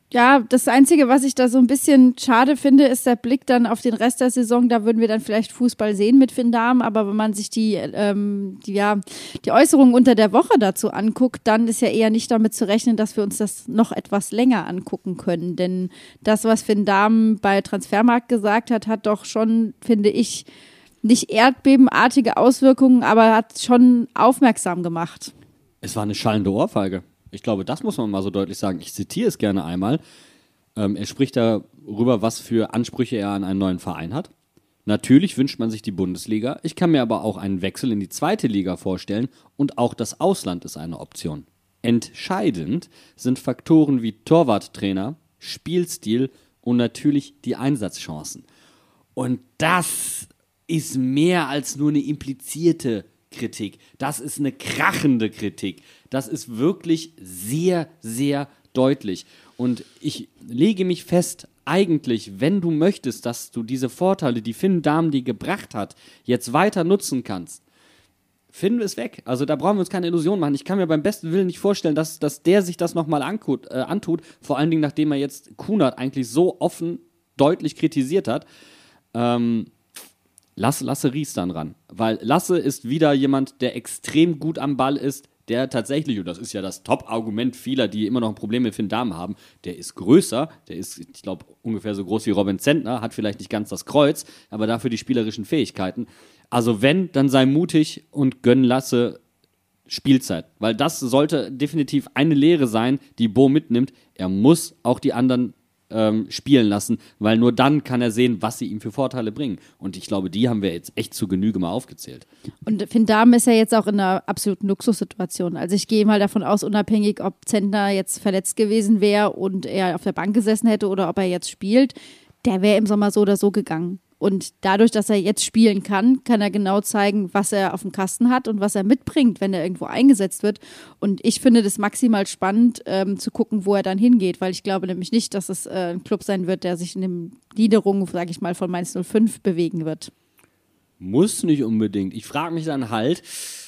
Ja, das Einzige, was ich da so ein bisschen schade finde, ist der Blick dann auf den Rest der Saison. Da würden wir dann vielleicht Fußball sehen mit Finn Dahmen, aber wenn man sich die, ähm, die, ja, die Äußerungen unter der Woche dazu anguckt, dann ist ja eher nicht damit zu rechnen, dass wir uns das noch etwas länger angucken können. Denn das, was Finn Dahmen bei Transfermarkt gesagt hat, hat doch schon, finde ich, nicht erdbebenartige Auswirkungen, aber hat schon aufmerksam gemacht. Es war eine schallende Ohrfeige. Ich glaube, das muss man mal so deutlich sagen. Ich zitiere es gerne einmal. Ähm, er spricht darüber, was für Ansprüche er an einen neuen Verein hat. Natürlich wünscht man sich die Bundesliga. Ich kann mir aber auch einen Wechsel in die zweite Liga vorstellen und auch das Ausland ist eine Option. Entscheidend sind Faktoren wie Torwarttrainer, Spielstil und natürlich die Einsatzchancen. Und das ist mehr als nur eine implizierte Kritik. Das ist eine krachende Kritik. Das ist wirklich sehr, sehr deutlich. Und ich lege mich fest, eigentlich, wenn du möchtest, dass du diese Vorteile, die Finn Dahmen dir gebracht hat, jetzt weiter nutzen kannst, finden wir es weg. Also da brauchen wir uns keine Illusion machen. Ich kann mir beim besten Willen nicht vorstellen, dass, dass der sich das nochmal ankut, äh, antut, vor allen Dingen, nachdem er jetzt Kunert eigentlich so offen, deutlich kritisiert hat. Ähm, Lasse, Lasse Ries dann ran. Weil Lasse ist wieder jemand, der extrem gut am Ball ist, der tatsächlich, und das ist ja das Top-Argument vieler, die immer noch ein Problem mit Finn Dahmen haben, der ist größer, der ist, ich glaube, ungefähr so groß wie Robin Zentner, hat vielleicht nicht ganz das Kreuz, aber dafür die spielerischen Fähigkeiten. Also wenn, dann sei mutig und gönn Lasse Spielzeit. Weil das sollte definitiv eine Lehre sein, die Bo mitnimmt. Er muss auch die anderen Ähm, spielen lassen, weil nur dann kann er sehen, was sie ihm für Vorteile bringen. Und ich glaube, die haben wir jetzt echt zu Genüge mal aufgezählt. Und Finn Dahmen ist ja jetzt auch in einer absoluten Luxussituation. Also ich gehe mal davon aus, unabhängig, ob Zentner jetzt verletzt gewesen wäre und er auf der Bank gesessen hätte oder ob er jetzt spielt, der wäre im Sommer so oder so gegangen. Und dadurch, dass er jetzt spielen kann, kann er genau zeigen, was er auf dem Kasten hat und was er mitbringt, wenn er irgendwo eingesetzt wird. Und ich finde das maximal spannend, ähm, zu gucken, wo er dann hingeht, weil ich glaube nämlich nicht, dass es äh, ein Club sein wird, der sich in den Gliederungen, sage ich mal, von Mainz null fünf bewegen wird. Muss nicht unbedingt. Ich frage mich dann halt,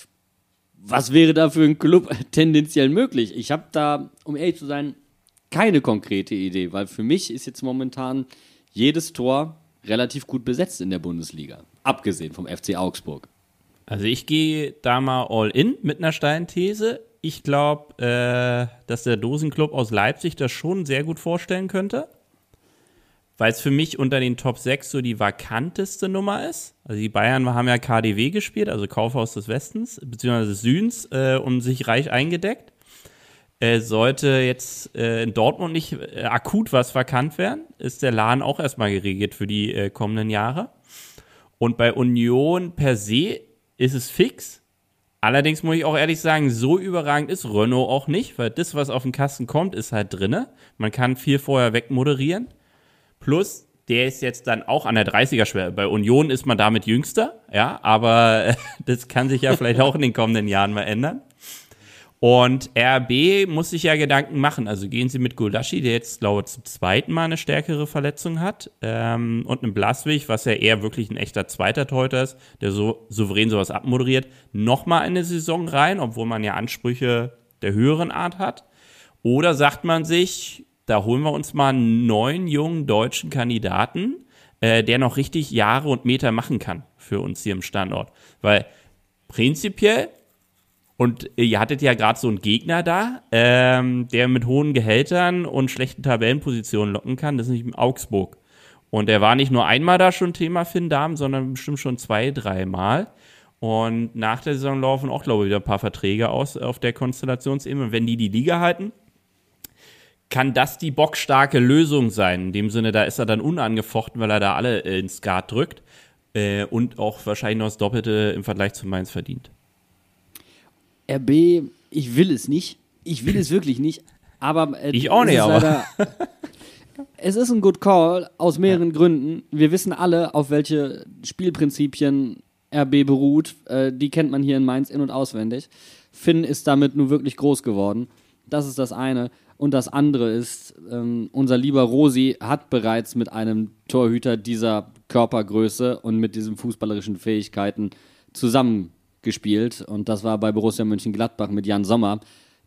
was wäre da für ein Club tendenziell möglich? Ich habe da, um ehrlich zu sein, keine konkrete Idee, weil für mich ist jetzt momentan jedes Tor relativ gut besetzt in der Bundesliga, abgesehen vom F C Augsburg. Also ich gehe da mal all in mit einer steilen These. Ich glaube, äh, dass der Dosenclub aus Leipzig das schon sehr gut vorstellen könnte, weil es für mich unter den Top sechs so die vakanteste Nummer ist. Also die Bayern haben ja K D W gespielt, also Kaufhaus des Westens, beziehungsweise des Südens, äh, und sich reich eingedeckt. Äh, sollte jetzt äh, in Dortmund nicht äh, akut was vakant werden, ist der Laden auch erstmal geregelt für die äh, kommenden Jahre. Und bei Union per se ist es fix. Allerdings muss ich auch ehrlich sagen, so überragend ist Renault auch nicht, weil das, was auf den Kasten kommt, ist halt drinne. Man kann viel vorher wegmoderieren. Plus, der ist jetzt dann auch an der dreißiger-Schwelle. Bei Union ist man damit jüngster, ja, aber äh, das kann sich ja vielleicht auch in den kommenden Jahren mal ändern. Und R B muss sich ja Gedanken machen. Also gehen sie mit Gulaschi, der jetzt, glaube ich, zum zweiten Mal eine stärkere Verletzung hat, ähm, und einem Blaswig, was ja eher wirklich ein echter zweiter Torhüter ist, der so souverän sowas abmoderiert, nochmal in eine Saison rein, obwohl man ja Ansprüche der höheren Art hat. Oder sagt man sich, da holen wir uns mal einen neuen, jungen deutschen Kandidaten, äh, der noch richtig Jahre und Meter machen kann für uns hier im Standort. Weil prinzipiell, und ihr hattet ja gerade so einen Gegner da, ähm, der mit hohen Gehältern und schlechten Tabellenpositionen locken kann. Das ist nicht Augsburg. Und der war nicht nur einmal da schon Thema Finn Dahmen, sondern bestimmt schon zwei, dreimal. Und nach der Saison laufen auch, glaube ich, wieder ein paar Verträge aus auf der Konstellationsebene. Und wenn die die Liga halten, kann das die bockstarke Lösung sein. In dem Sinne, da ist er dann unangefochten, weil er da alle ins Skat drückt. Äh, und auch wahrscheinlich noch das Doppelte im Vergleich zu Mainz verdient. R B, ich will es nicht. Ich will es wirklich nicht. Aber äh, ich auch nicht, aber leider, es ist ein good call aus mehreren ja. Gründen. Wir wissen alle, auf welche Spielprinzipien R B beruht. Äh, die kennt man hier in Mainz in- und auswendig. Finn ist damit nun wirklich groß geworden. Das ist das eine. Und das andere ist, ähm, unser lieber Rosi hat bereits mit einem Torhüter dieser Körpergröße und mit diesen fußballerischen Fähigkeiten zusammen gespielt und das war bei Borussia Mönchengladbach mit Jan Sommer.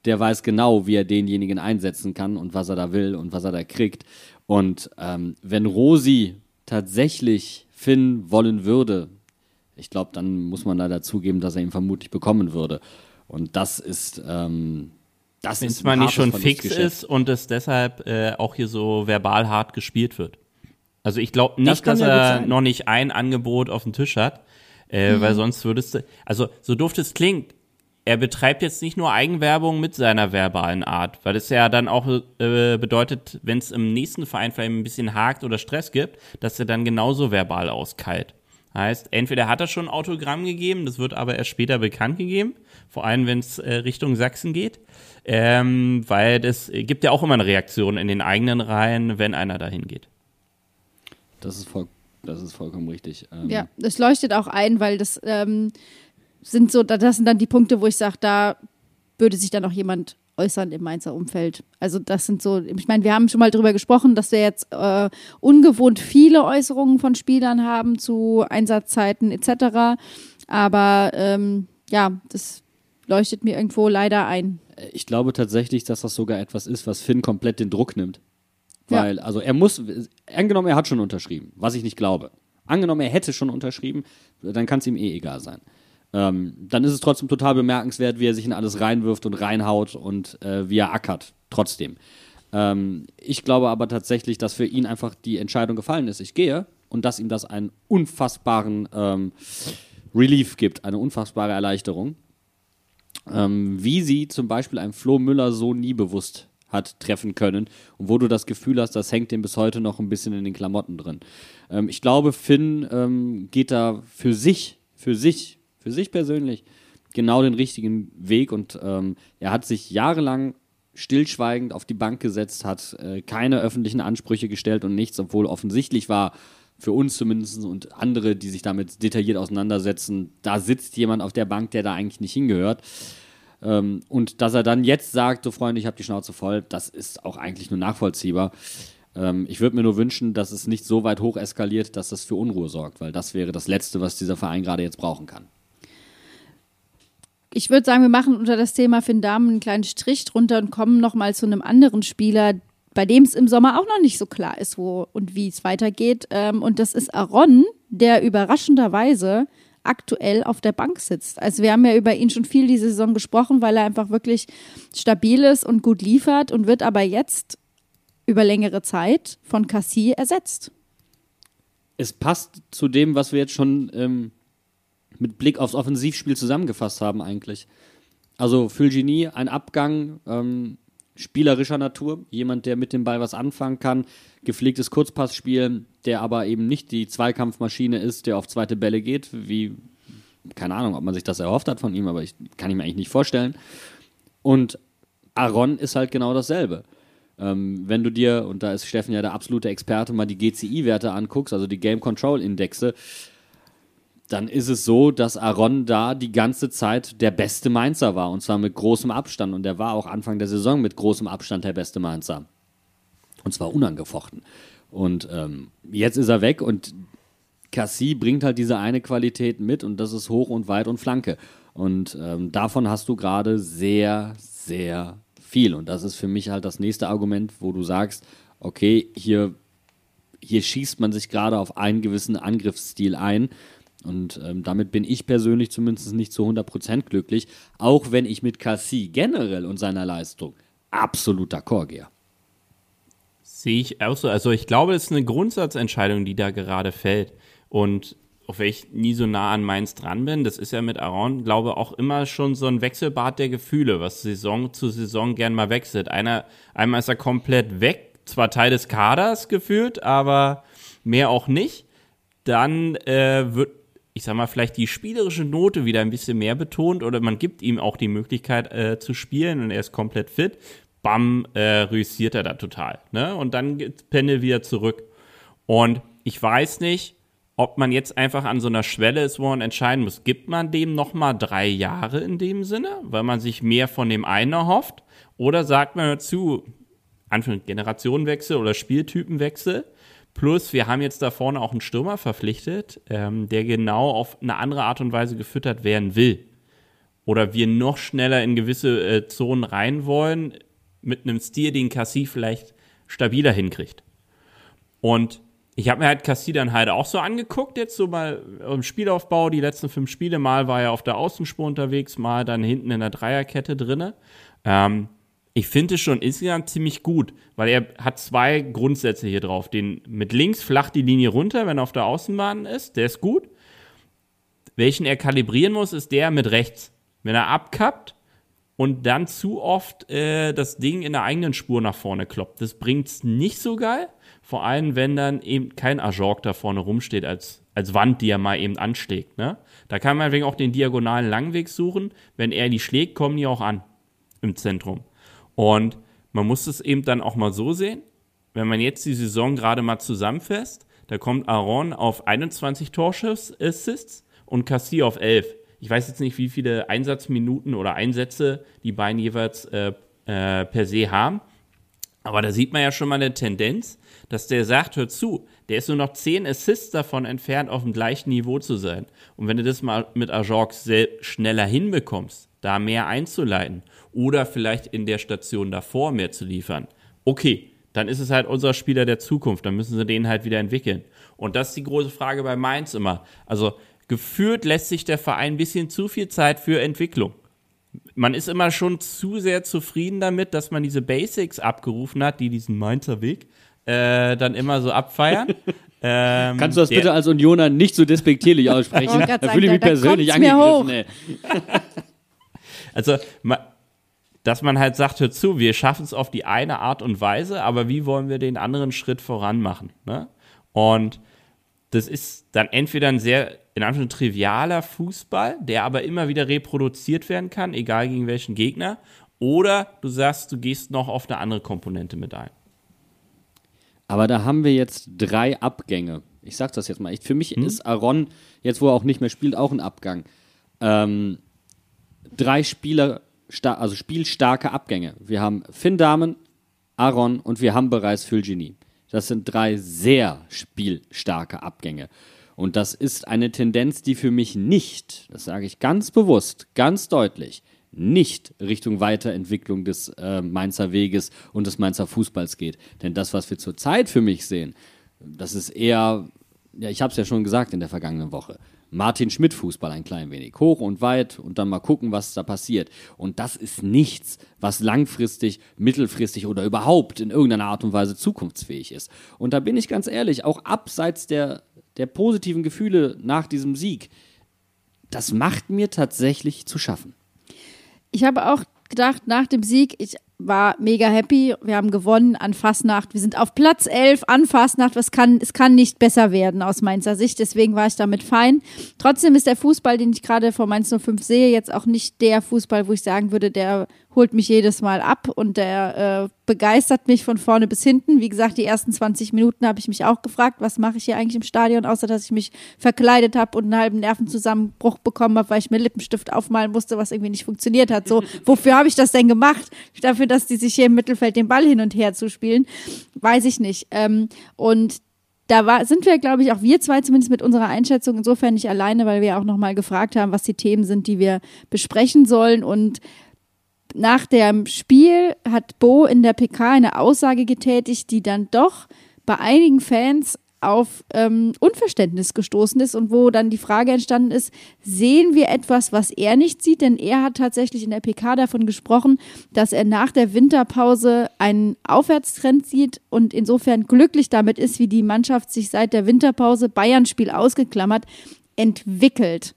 der weiß genau, wie er denjenigen einsetzen kann und was er da will und was er da kriegt. Und ähm, wenn Rosi tatsächlich Finn wollen würde, ich glaube, dann muss man leider zugeben, dass er ihn vermutlich bekommen würde. Und das ist, ähm, das Wenn ist es mal nicht schon fix Verlustgeschäft. ist und es deshalb äh, auch hier so verbal hart gespielt wird. Also ich glaube nicht, Das kann dass ja gut er sein. noch nicht ein Angebot auf dem Tisch hat, äh, mhm. weil sonst würdest du, also so doof es klingt, er betreibt jetzt nicht nur Eigenwerbung mit seiner verbalen Art, weil es ja dann auch äh, bedeutet, wenn es im nächsten Verein vielleicht ein bisschen hakt oder Stress gibt, dass er dann genauso verbal auskeilt. Heißt, entweder hat er schon ein Autogramm gegeben, das wird aber erst später bekannt gegeben, vor allem wenn es äh, Richtung Sachsen geht, ähm, weil das äh, gibt ja auch immer eine Reaktion in den eigenen Reihen, wenn einer dahin geht. Das ist, voll, das ist vollkommen richtig. Ähm, Ja, das leuchtet auch ein, weil das ähm, sind so, das sind dann die Punkte, wo ich sage, da würde sich dann auch jemand äußern im Mainzer Umfeld. Also das sind so, ich meine, wir haben schon mal drüber gesprochen, dass wir jetzt äh, ungewohnt viele Äußerungen von Spielern haben zu Einsatzzeiten et cetera. Aber ähm, ja, das leuchtet mir irgendwo leider ein. Ich glaube tatsächlich, dass das sogar etwas ist, was Finn komplett den Druck nimmt. Weil, ja. also er muss, angenommen, er hat schon unterschrieben, was ich nicht glaube. Angenommen, er hätte schon unterschrieben, dann kann es ihm eh egal sein. Ähm, dann ist es trotzdem total bemerkenswert, wie er sich in alles reinwirft und reinhaut und äh, wie er ackert, trotzdem. Ähm, ich glaube aber tatsächlich, dass für ihn einfach die Entscheidung gefallen ist, ich gehe, und dass ihm das einen unfassbaren ähm, Relief gibt, eine unfassbare Erleichterung, ähm, wie sie zum Beispiel einem Flo Müller so nie bewusst hat treffen können und wo du das Gefühl hast, das hängt ihm bis heute noch ein bisschen in den Klamotten drin. Ähm, ich glaube, Finn ähm, geht da für sich, für sich, für sich persönlich genau den richtigen Weg und ähm, er hat sich jahrelang stillschweigend auf die Bank gesetzt, hat äh, keine öffentlichen Ansprüche gestellt und nichts, obwohl offensichtlich war, für uns zumindest und andere, die sich damit detailliert auseinandersetzen, da sitzt jemand auf der Bank, der da eigentlich nicht hingehört. Ähm, und dass er dann jetzt sagt, so Freunde, ich habe die Schnauze voll, das ist auch eigentlich nur nachvollziehbar. Ähm, ich würde mir nur wünschen, dass es nicht so weit hoch eskaliert, dass das für Unruhe sorgt, weil das wäre das Letzte, was dieser Verein gerade jetzt brauchen kann. Ich würde sagen, wir machen unter das Thema Finn Dahmen einen kleinen Strich drunter und kommen nochmal zu einem anderen Spieler, bei dem es im Sommer auch noch nicht so klar ist, wo und wie es weitergeht. Und das ist Aron, der überraschenderweise aktuell auf der Bank sitzt. Also wir haben ja über ihn schon viel diese Saison gesprochen, weil er einfach wirklich stabil ist und gut liefert und wird aber jetzt über längere Zeit von Cassie ersetzt. Es passt zu dem, was wir jetzt schon ähm, mit Blick aufs Offensivspiel zusammengefasst haben eigentlich. Also Fulgini, ein Abgang ähm, spielerischer Natur, jemand, der mit dem Ball was anfangen kann, gepflegtes Kurzpassspiel, der aber eben nicht die Zweikampfmaschine ist, der auf zweite Bälle geht, wie, keine Ahnung, ob man sich das erhofft hat von ihm, aber ich kann ich mir eigentlich nicht vorstellen. Und Aron ist halt genau dasselbe. Ähm, wenn du dir, und da ist Steffen ja der absolute Experte, mal die G C I-Werte anguckst, also die Game Control Indexe, dann ist es so, dass Aron da die ganze Zeit der beste Mainzer war und zwar mit großem Abstand und er war auch Anfang der Saison mit großem Abstand der beste Mainzer und zwar unangefochten und ähm, jetzt ist er weg und Cassie bringt halt diese eine Qualität mit und das ist Hoch und Weit und Flanke und ähm, davon hast du gerade sehr, sehr viel und das ist für mich halt das nächste Argument, wo du sagst, okay, hier, hier schießt man sich gerade auf einen gewissen Angriffsstil ein. Und ähm, damit bin ich persönlich zumindest nicht zu hundert Prozent glücklich, auch wenn ich mit Cassie generell und seiner Leistung absolut d'accord gehe. Sehe ich auch so. Also ich glaube, es ist eine Grundsatzentscheidung, die da gerade fällt. Und auf welche ich nie so nah an Mainz dran bin, das ist ja mit Aron, glaube ich, auch immer schon so ein Wechselbad der Gefühle, was Saison zu Saison gern mal wechselt. Einer, einmal ist er komplett weg, zwar Teil des Kaders gefühlt, aber mehr auch nicht. Dann äh, wird ich sag mal, vielleicht die spielerische Note wieder ein bisschen mehr betont oder man gibt ihm auch die Möglichkeit äh, zu spielen und er ist komplett fit, bam, äh, reüssiert er da total. Ne? Und dann pendelt wieder zurück. Und ich weiß nicht, ob man jetzt einfach an so einer Schwelle ist, wo man entscheiden muss, gibt man dem nochmal drei Jahre in dem Sinne, weil man sich mehr von dem einen erhofft, oder sagt man dazu, Anführungszeichen Generationenwechsel oder Spieltypenwechsel, plus, wir haben jetzt da vorne auch einen Stürmer verpflichtet, ähm, der genau auf eine andere Art und Weise gefüttert werden will. oder wir noch schneller in gewisse äh, Zonen rein wollen, mit einem Stil, den Cassie vielleicht stabiler hinkriegt. Und ich habe mir halt Cassie dann halt auch so angeguckt, jetzt so mal im Spielaufbau, die letzten fünf Spiele, mal war er auf der Außenspur unterwegs, mal dann hinten in der Dreierkette drinne. Ähm, ich finde es schon insgesamt ziemlich gut, weil er hat zwei Grundsätze hier drauf. Den mit links flach die Linie runter, wenn er auf der Außenbahn ist, der ist gut. Welchen er kalibrieren muss, ist der mit rechts. Wenn er abkappt und dann zu oft äh, das Ding in der eigenen Spur nach vorne kloppt. Das bringt's nicht so geil, vor allem wenn dann eben kein Ajorg da vorne rumsteht als, als Wand, die er mal eben anschlägt. Ne? Da kann man wegen auch den diagonalen Langweg suchen. Wenn er die schlägt, kommen die auch an im Zentrum. Und man muss es eben dann auch mal so sehen, wenn man jetzt die Saison gerade mal zusammenfasst, da kommt Aaron auf einundzwanzig Torschussassists und Cassie auf elf. Ich weiß jetzt nicht, wie viele Einsatzminuten oder Einsätze die beiden jeweils äh, äh, per se haben. Aber da sieht man ja schon mal eine Tendenz, dass der sagt, hör zu, der ist nur noch zehn Assists davon entfernt, auf dem gleichen Niveau zu sein. Und wenn du das mal mit Ajorg schneller hinbekommst, da mehr einzuleiten oder vielleicht in der Station davor mehr zu liefern, okay, dann ist es halt unser Spieler der Zukunft, dann müssen sie den halt wieder entwickeln. Und das ist die große Frage bei Mainz immer. Also gefühlt lässt sich der Verein ein bisschen zu viel Zeit für Entwicklung. Man ist immer schon zu sehr zufrieden damit, dass man diese Basics abgerufen hat, die diesen Mainzer Weg äh, dann immer so abfeiern. ähm, Kannst du das bitte als Unioner nicht so despektierlich aussprechen? Oh, Da fühle ich mich da, da persönlich angegriffen. ey. Also, dass man halt sagt, hör zu, wir schaffen es auf die eine Art und Weise, aber wie wollen wir den anderen Schritt voran machen? Ne? Und das ist dann entweder ein sehr, in Anführungszeichen, trivialer Fußball, der aber immer wieder reproduziert werden kann, egal gegen welchen Gegner, oder du sagst, du gehst noch auf eine andere Komponente mit ein. Aber da haben wir jetzt drei Abgänge. Ich sag das jetzt mal. Ich, für mich Hm? ist Aaron, jetzt wo er auch nicht mehr spielt, auch ein Abgang. Ähm, drei Spieler, sta- also spielstarke Abgänge. Wir haben Finn Dahmen, Aaron und wir haben bereits Fulgini. Das sind drei sehr spielstarke Abgänge. Und das ist eine Tendenz, die für mich nicht, das sage ich ganz bewusst, ganz deutlich, nicht Richtung Weiterentwicklung des äh, Mainzer Weges und des Mainzer Fußballs geht. Denn das, was wir zurzeit für mich sehen, das ist eher, ja, ich habe es ja schon gesagt in der vergangenen Woche, Martin Schmidt-Fußball ein klein wenig. Hoch und weit und dann mal gucken, was da passiert. Und das ist nichts, was langfristig, mittelfristig oder überhaupt in irgendeiner Art und Weise zukunftsfähig ist. Und da bin ich ganz ehrlich, auch abseits der, der positiven Gefühle nach diesem Sieg, das macht mir tatsächlich zu schaffen. Ich habe auch gedacht, nach dem Sieg, ich war mega happy, wir haben gewonnen an Fastnacht, wir sind auf Platz elf an Fastnacht, was kann, es kann nicht besser werden aus Mainzer Sicht, deswegen war ich damit fein. Trotzdem ist der Fußball, den ich gerade vor Mainz null fünf sehe, jetzt auch nicht der Fußball, wo ich sagen würde, der holt mich jedes Mal ab und der äh, begeistert mich von vorne bis hinten. Wie gesagt, die ersten zwanzig Minuten habe ich mich auch gefragt, was mache ich hier eigentlich im Stadion, außer dass ich mich verkleidet habe und einen halben Nervenzusammenbruch bekommen habe, weil ich mir Lippenstift aufmalen musste, was irgendwie nicht funktioniert hat. So, wofür habe ich das denn gemacht? Dafür, dass die sich hier im Mittelfeld den Ball hin und her zuspielen, weiß ich nicht. Ähm, und da war, sind wir, glaube ich, auch wir zwei zumindest mit unserer Einschätzung insofern nicht alleine, weil wir auch nochmal gefragt haben, was die Themen sind, die wir besprechen sollen. Und nach dem Spiel hat Bo in der P K eine Aussage getätigt, die dann doch bei einigen Fans auf ähm, Unverständnis gestoßen ist und wo dann die Frage entstanden ist, sehen wir etwas, was er nicht sieht? Denn er hat tatsächlich in der P K davon gesprochen, dass er nach der Winterpause einen Aufwärtstrend sieht und insofern glücklich damit ist, wie die Mannschaft sich seit der Winterpause, Bayern-Spiel ausgeklammert, entwickelt.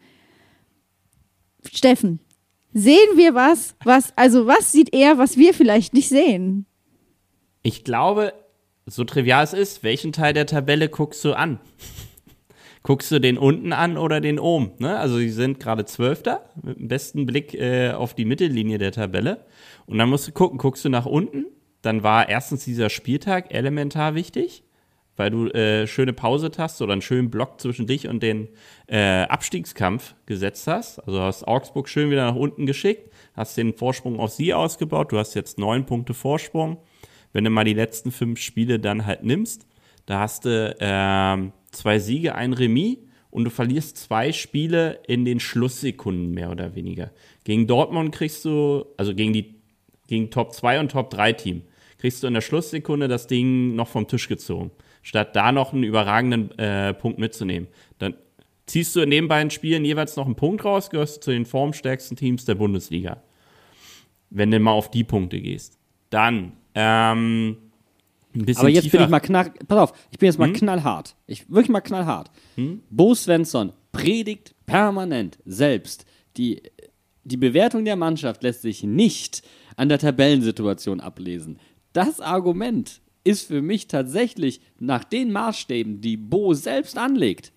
Steffen, sehen wir was, was, also was sieht er, was wir vielleicht nicht sehen? Ich glaube, so trivial es ist, welchen Teil der Tabelle guckst du an? Guckst du den unten an oder den oben? Ne? Also sie sind gerade Zwölfter, mit dem besten Blick äh, auf die Mittellinie der Tabelle. Und dann musst du gucken, guckst du nach unten, dann war erstens dieser Spieltag elementar wichtig, weil du äh, schöne Pause hast oder einen schönen Block zwischen dich und den äh, Abstiegskampf gesetzt hast. Also hast Augsburg schön wieder nach unten geschickt, hast den Vorsprung auf sie ausgebaut, du hast jetzt neun Punkte Vorsprung. Wenn du mal die letzten fünf Spiele dann halt nimmst, da hast du ähm, zwei Siege, ein Remis und du verlierst zwei Spiele in den Schlusssekunden mehr oder weniger. Gegen Dortmund kriegst du, also gegen die gegen Top zwei und Top drei Team, kriegst du in der Schlusssekunde das Ding noch vom Tisch gezogen, statt da noch einen überragenden äh, Punkt mitzunehmen. Dann ziehst du in den beiden Spielen jeweils noch einen Punkt raus, gehörst du zu den formstärksten Teams der Bundesliga. Wenn du mal auf die Punkte gehst. Dann, ähm, ein bisschen Aber jetzt tiefer. bin ich mal knall, pass auf, ich bin jetzt mal Hm? knallhart. Ich, wirklich mal knallhart. Hm? Bo Svensson predigt permanent selbst. Die, die Bewertung der Mannschaft lässt sich nicht an der Tabellensituation ablesen. Das Argument ist für mich tatsächlich nach den Maßstäben, die Bo selbst anlegt,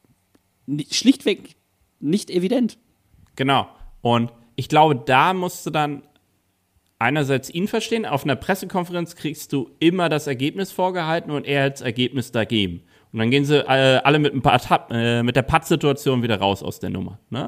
ni- schlichtweg nicht evident. Genau. Und ich glaube, da musst du dann einerseits ihn verstehen. Auf einer Pressekonferenz kriegst du immer das Ergebnis vorgehalten und er als Ergebnis da geben. Und dann gehen sie äh, alle mit, ein paar Tat, äh, mit der Patt-Situation wieder raus aus der Nummer. Ne?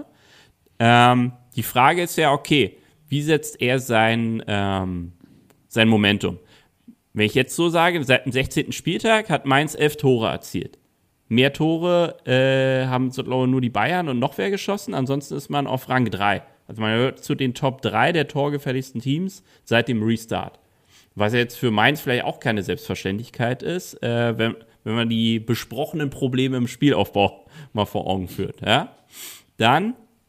Ähm, die Frage ist ja, okay, wie setzt er sein, ähm, sein Momentum? Wenn ich jetzt so sage, seit dem sechzehnten Spieltag hat Mainz elf Tore erzielt. Mehr Tore äh, haben so, glaube ich, nur die Bayern und noch wer geschossen. Ansonsten ist man auf Rang drei. Also man gehört zu den Top drei der torgefährlichsten Teams seit dem Restart. Was ja jetzt für Mainz vielleicht auch keine Selbstverständlichkeit ist, äh, wenn, wenn man die besprochenen Probleme im Spielaufbau mal vor Augen führt. Ja? Dann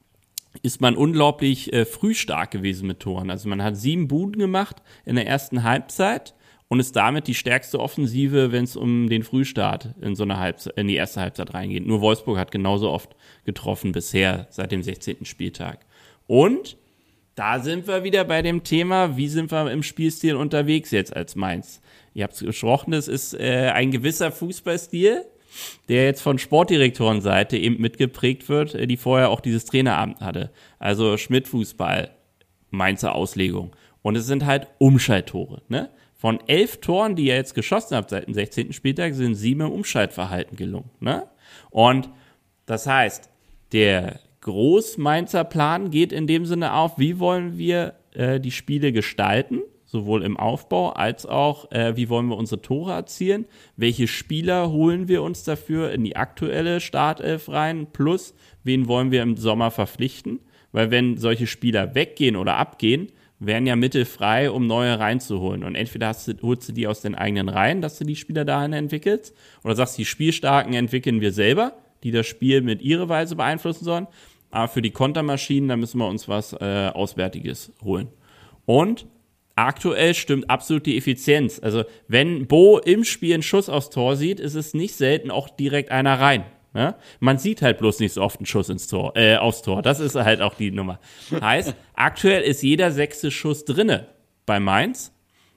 ist man unglaublich äh, früh stark gewesen mit Toren. Also man hat sieben Buden gemacht in der ersten Halbzeit und ist damit die stärkste Offensive, wenn es um den Frühstart in so eine Halbzeit, in die erste Halbzeit reingeht. Nur Wolfsburg hat genauso oft getroffen bisher seit dem sechzehnten Spieltag. Und da sind wir wieder bei dem Thema, wie sind wir im Spielstil unterwegs jetzt als Mainz? Ihr habt es gesprochen, es ist äh, ein gewisser Fußballstil, der jetzt von Sportdirektorenseite eben mitgeprägt wird, die vorher auch dieses Traineramt hatte. Also Schmidt-Fußball, Mainzer Auslegung. Und es sind halt Umschalttore. Ne? Von elf Toren, die ihr jetzt geschossen habt seit dem sechzehnten Spieltag, sind sieben im Umschaltverhalten gelungen. Ne? Und das heißt, der Groß-Mainzer Plan geht in dem Sinne auf, wie wollen wir äh, die Spiele gestalten, sowohl im Aufbau als auch, äh, wie wollen wir unsere Tore erzielen, welche Spieler holen wir uns dafür in die aktuelle Startelf rein, plus wen wollen wir im Sommer verpflichten, weil wenn solche Spieler weggehen oder abgehen, wären ja Mittel frei, um neue reinzuholen. Und entweder hast du, holst du die aus den eigenen Reihen, dass du die Spieler dahin entwickelst, oder sagst, die Spielstarken entwickeln wir selber, die das Spiel mit ihrer Weise beeinflussen sollen. Aber für die Kontermaschinen, da müssen wir uns was äh, Auswärtiges holen. Und aktuell stimmt absolut die Effizienz. Also wenn Bo im Spiel einen Schuss aufs Tor sieht, ist es nicht selten auch direkt einer rein. Ne? Man sieht halt bloß nicht so oft einen Schuss ins Tor, äh, aufs Tor. Das ist halt auch die Nummer. Heißt, aktuell ist jeder sechste Schuss drinne bei Mainz.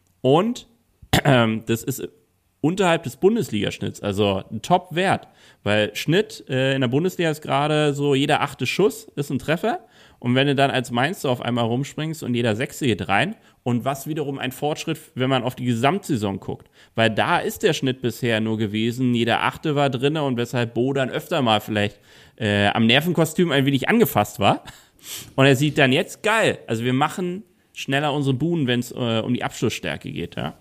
Und ähm, das ist unterhalb des Bundesligaschnitts, also ein Top-Wert. Weil Schnitt äh, in der Bundesliga ist gerade so, jeder achte Schuss ist ein Treffer. Und wenn du dann als Mainz auf einmal rumspringst und jeder sechste geht rein, und was wiederum ein Fortschritt, wenn man auf die Gesamtsaison guckt. Weil da ist der Schnitt bisher nur gewesen, jeder achte war drin und weshalb Bo dann öfter mal vielleicht äh, am Nervenkostüm ein wenig angefasst war. Und er sieht dann jetzt, geil, also wir machen schneller unsere Buden, wenn es äh, um die Abschlussstärke geht. Ja?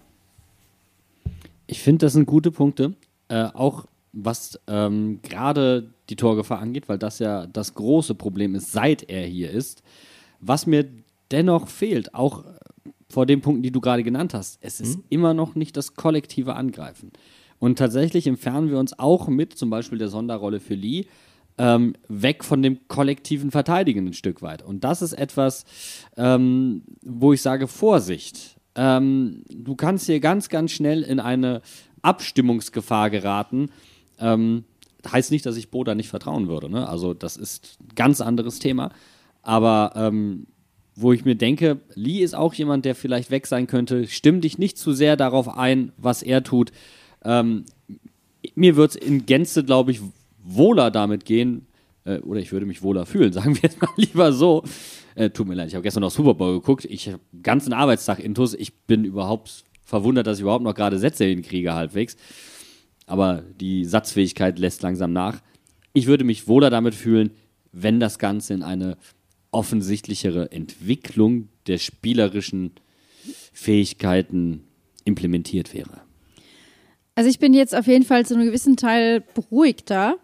Ich finde, das sind gute Punkte, äh, auch was ähm, gerade die Torgefahr angeht, weil das ja das große Problem ist, seit er hier ist. Was mir dennoch fehlt, auch vor den Punkten, die du gerade genannt hast, es ist mhm. immer noch nicht das kollektive Angreifen. Und tatsächlich entfernen wir uns auch mit zum Beispiel der Sonderrolle für Lee ähm, weg von dem kollektiven Verteidigen ein Stück weit. Und das ist etwas, ähm, wo ich sage, Vorsicht. Ähm, du kannst hier ganz, ganz schnell in eine Abstimmungsgefahr geraten. Ähm, heißt nicht, dass ich Bo da nicht vertrauen würde. Ne? Also das ist ein ganz anderes Thema. Aber ähm, wo ich mir denke, Lee ist auch jemand, der vielleicht weg sein könnte. Stimm dich nicht zu sehr darauf ein, was er tut. Ähm, mir wird es in Gänze, glaube ich, wohler damit gehen, äh, oder ich würde mich wohler fühlen, sagen wir jetzt mal lieber so. Äh, tut mir leid, ich habe gestern noch Super Bowl geguckt. Ich habe den ganzen Arbeitstag Intus. Ich bin überhaupt verwundert, dass ich überhaupt noch gerade Sätze hinkriege halbwegs. Aber die Satzfähigkeit lässt langsam nach. Ich würde mich wohler damit fühlen, wenn das Ganze in eine offensichtlichere Entwicklung der spielerischen Fähigkeiten implementiert wäre. Also ich bin jetzt auf jeden Fall zu einem gewissen Teil beruhigter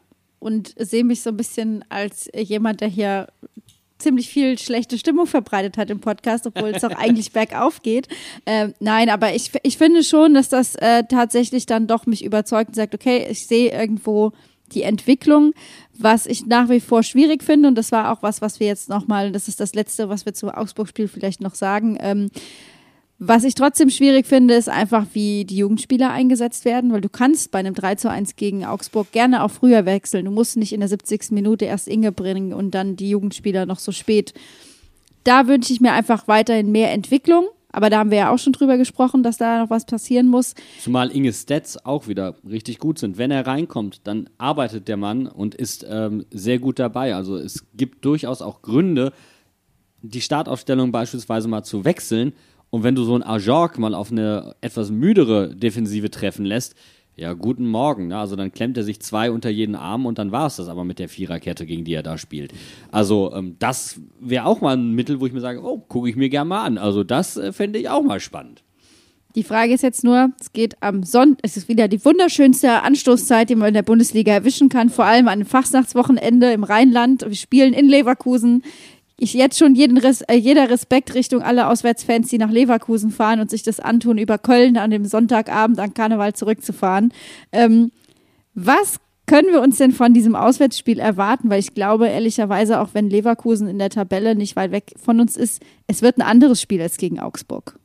und sehe mich so ein bisschen als jemand, der hier ziemlich viel schlechte Stimmung verbreitet hat im Podcast, obwohl es auch eigentlich bergauf geht. Ähm, nein, aber ich, ich finde schon, dass das äh, tatsächlich dann doch mich überzeugt und sagt, okay, ich sehe irgendwo die Entwicklung, was ich nach wie vor schwierig finde, und das war auch was, was wir jetzt nochmal, das ist das Letzte, was wir zum Augsburg-Spiel vielleicht noch sagen, ähm, was ich trotzdem schwierig finde, ist einfach, wie die Jugendspieler eingesetzt werden, weil du kannst bei einem drei zu eins gegen Augsburg gerne auch früher wechseln. Du musst nicht in der siebzigsten Minute erst Inge bringen und dann die Jugendspieler noch so spät. Da wünsche ich mir einfach weiterhin mehr Entwicklung, aber da haben wir ja auch schon drüber gesprochen, dass da noch was passieren muss. Zumal Inges Stats auch wieder richtig gut sind. Wenn er reinkommt, dann arbeitet der Mann und ist ähm, sehr gut dabei. Also es gibt durchaus auch Gründe, die Startaufstellung beispielsweise mal zu wechseln. Und wenn du so einen Ajorg mal auf eine etwas müdere Defensive treffen lässt, ja, guten Morgen. Ne? Also dann klemmt er sich zwei unter jeden Arm und dann war es das aber mit der Viererkette, gegen die er da spielt. Also ähm, das wäre auch mal ein Mittel, wo ich mir sage, oh, gucke ich mir gerne mal an. Also das äh, fände ich auch mal spannend. Die Frage ist jetzt nur, es geht am Sonntag, es ist wieder die wunderschönste Anstoßzeit, die man in der Bundesliga erwischen kann, vor allem an einem Fastnachtswochenende im Rheinland. Wir spielen in Leverkusen. Ich jetzt schon jeden Res- äh, jeder Respekt Richtung alle Auswärtsfans, die nach Leverkusen fahren und sich das antun, über Köln an dem Sonntagabend an Karneval zurückzufahren. Ähm, was können wir uns denn von diesem Auswärtsspiel erwarten? Weil ich glaube, ehrlicherweise, auch wenn Leverkusen in der Tabelle nicht weit weg von uns ist, es wird ein anderes Spiel als gegen Augsburg.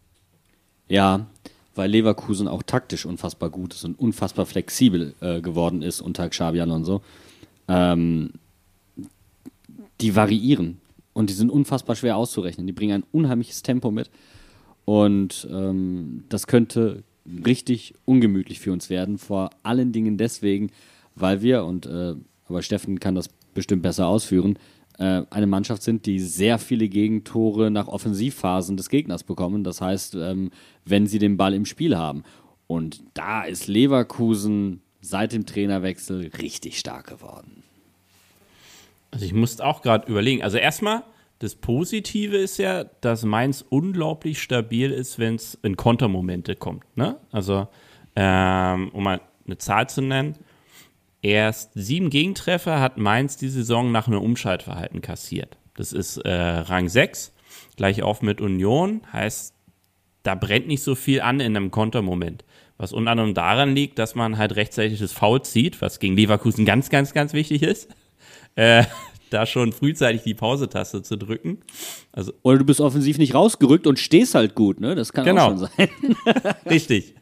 Ja, weil Leverkusen auch taktisch unfassbar gut ist und unfassbar flexibel äh, geworden ist unter Xabi Alonso. Ähm, die variieren und die sind unfassbar schwer auszurechnen. Die bringen ein unheimliches Tempo mit und ähm, das könnte richtig ungemütlich für uns werden, vor allen Dingen deswegen, weil wir, und äh, aber Steffen kann das bestimmt besser ausführen, äh, eine Mannschaft sind, die sehr viele Gegentore nach Offensivphasen des Gegners bekommen. Das heißt, ähm, wenn sie den Ball im Spiel haben. Und da ist Leverkusen seit dem Trainerwechsel richtig stark geworden. Also ich musste auch gerade überlegen. Also erstmal, das Positive ist ja, dass Mainz unglaublich stabil ist, wenn es in Kontermomente kommt. Ne? Also, ähm, um mal eine Zahl zu nennen, erst sieben Gegentreffer hat Mainz die Saison nach einem Umschaltverhalten kassiert. Das ist äh, Rang sechs, gleich auf mit Union, heißt, da brennt nicht so viel an in einem Kontermoment. Was unter anderem daran liegt, dass man halt rechtzeitig das Foul zieht, was gegen Leverkusen ganz, ganz, ganz wichtig ist. Äh, da schon frühzeitig die Pause-Taste zu drücken. Also, oder du bist offensiv nicht rausgerückt und stehst halt gut, ne? Das kann genau. auch schon sein. Richtig.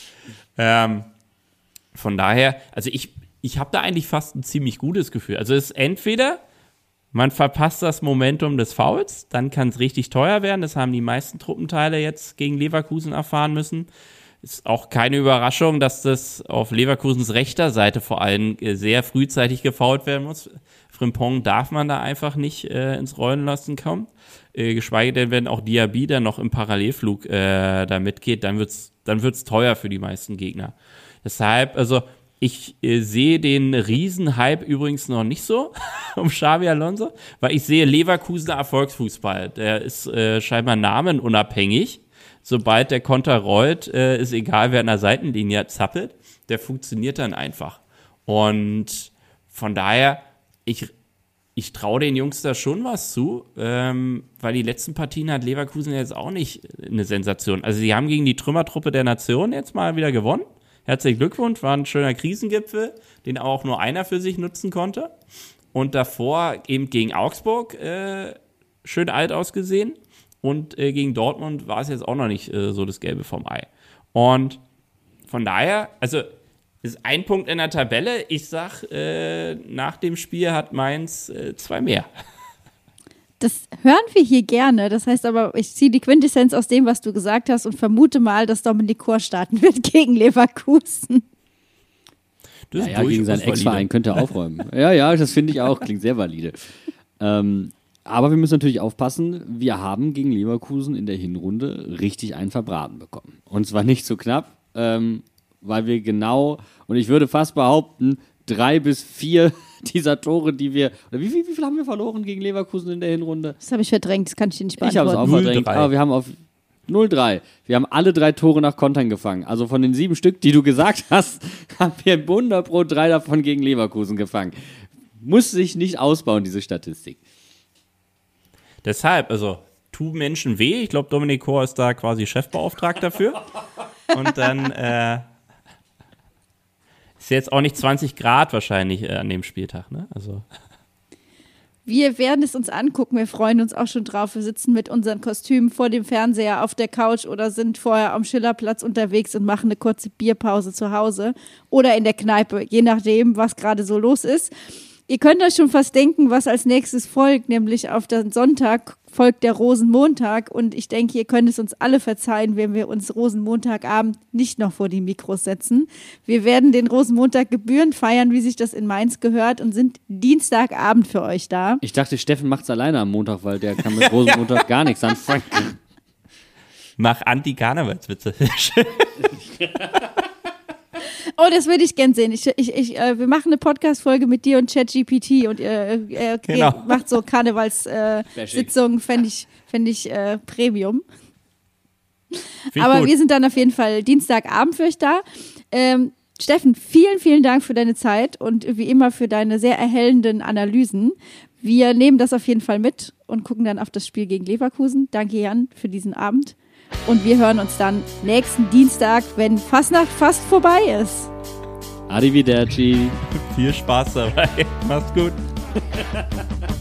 ähm, von daher, also ich, ich habe da eigentlich fast ein ziemlich gutes Gefühl. Also es ist entweder, man verpasst das Momentum des Fouls, dann kann es richtig teuer werden. Das haben die meisten Truppenteile jetzt gegen Leverkusen erfahren müssen. Ist auch keine Überraschung, dass das auf Leverkusens rechter Seite vor allem sehr frühzeitig gefoult werden muss. Frimpong darf man da einfach nicht äh, ins Rollen lassen kommen. Äh, geschweige denn, wenn auch Diaby dann noch im Parallelflug äh, da mitgeht, dann wird's, dann wird's teuer für die meisten Gegner. Deshalb, also ich äh, sehe den Riesenhype übrigens noch nicht so um Xabi Alonso, weil ich sehe Leverkusener Erfolgsfußball. Der ist äh, scheinbar namenunabhängig. Sobald der Konter rollt, äh, ist egal, wer an der Seitenlinie zappelt. Der funktioniert dann einfach. Und von daher, ich, ich traue den Jungs da schon was zu, ähm, weil die letzten Partien hat Leverkusen jetzt auch nicht eine Sensation. Also sie haben gegen die Trümmertruppe der Nation jetzt mal wieder gewonnen. Herzlichen Glückwunsch, war ein schöner Krisengipfel, den auch nur einer für sich nutzen konnte. Und davor eben gegen Augsburg äh, schön alt ausgesehen. Und äh, gegen Dortmund war es jetzt auch noch nicht äh, so das Gelbe vom Ei. Und von daher, also ist ein Punkt in der Tabelle. Ich sag, äh, nach dem Spiel hat Mainz äh, zwei mehr. Das hören wir hier gerne. Das heißt aber, ich ziehe die Quintessenz aus dem, was du gesagt hast und vermute mal, dass Dominik Kor starten wird gegen Leverkusen. Das ja, ja, gegen seinen Ex-Verein könnte er aufräumen. ja, ja, das finde ich auch. Klingt sehr valide. ähm, aber wir müssen natürlich aufpassen, wir haben gegen Leverkusen in der Hinrunde richtig einen verbraten bekommen. Und zwar nicht so knapp, ähm, weil wir genau, und ich würde fast behaupten, drei bis vier dieser Tore, die wir, oder wie, wie, wie viel haben wir verloren gegen Leverkusen in der Hinrunde? Das habe ich verdrängt, das kann ich dir nicht beantworten. Ich habe es auch verdrängt, aber wir haben auf, null drei. Wir haben alle drei Tore nach Kontern gefangen. Also von den sieben Stück, die du gesagt hast, haben wir hundert pro drei davon gegen Leverkusen gefangen. Muss sich nicht ausbauen, diese Statistik. Deshalb, also, tu Menschen weh. Ich glaube, Dominik Kor ist da quasi Chefbeauftragter dafür. Und dann äh, ist jetzt auch nicht zwanzig Grad wahrscheinlich äh, an dem Spieltag, ne? Also. Wir werden es uns angucken, wir freuen uns auch schon drauf. Wir sitzen mit unseren Kostümen vor dem Fernseher auf der Couch oder sind vorher am Schillerplatz unterwegs und machen eine kurze Bierpause zu Hause oder in der Kneipe, je nachdem, was gerade so los ist. Ihr könnt euch schon fast denken, was als nächstes folgt, nämlich auf den Sonntag folgt der Rosenmontag und ich denke, ihr könnt es uns alle verzeihen, wenn wir uns Rosenmontagabend nicht noch vor die Mikros setzen. Wir werden den Rosenmontag gebührend feiern, wie sich das in Mainz gehört und sind Dienstagabend für euch da. Ich dachte, Steffen macht's alleine am Montag, weil der kann mit Rosenmontag gar nichts anfangen. Mach Anti-Karnevalswitze. Oh, das würde ich gern sehen. Ich, ich, ich, äh, wir machen eine Podcast-Folge mit dir und ChatGPT und ihr äh, genau. macht so Karnevalssitzungen, äh, fände ich, fänd ich äh, Premium. Find Aber gut. wir sind dann auf jeden Fall Dienstagabend für euch da. Ähm, Steffen, vielen, vielen Dank für deine Zeit und wie immer für deine sehr erhellenden Analysen. Wir nehmen das auf jeden Fall mit und gucken dann auf das Spiel gegen Leverkusen. Danke, Jan, für diesen Abend. Und wir hören uns dann nächsten Dienstag, wenn Fastnacht fast vorbei ist. Arrivederci. Viel Spaß dabei. Mach's gut.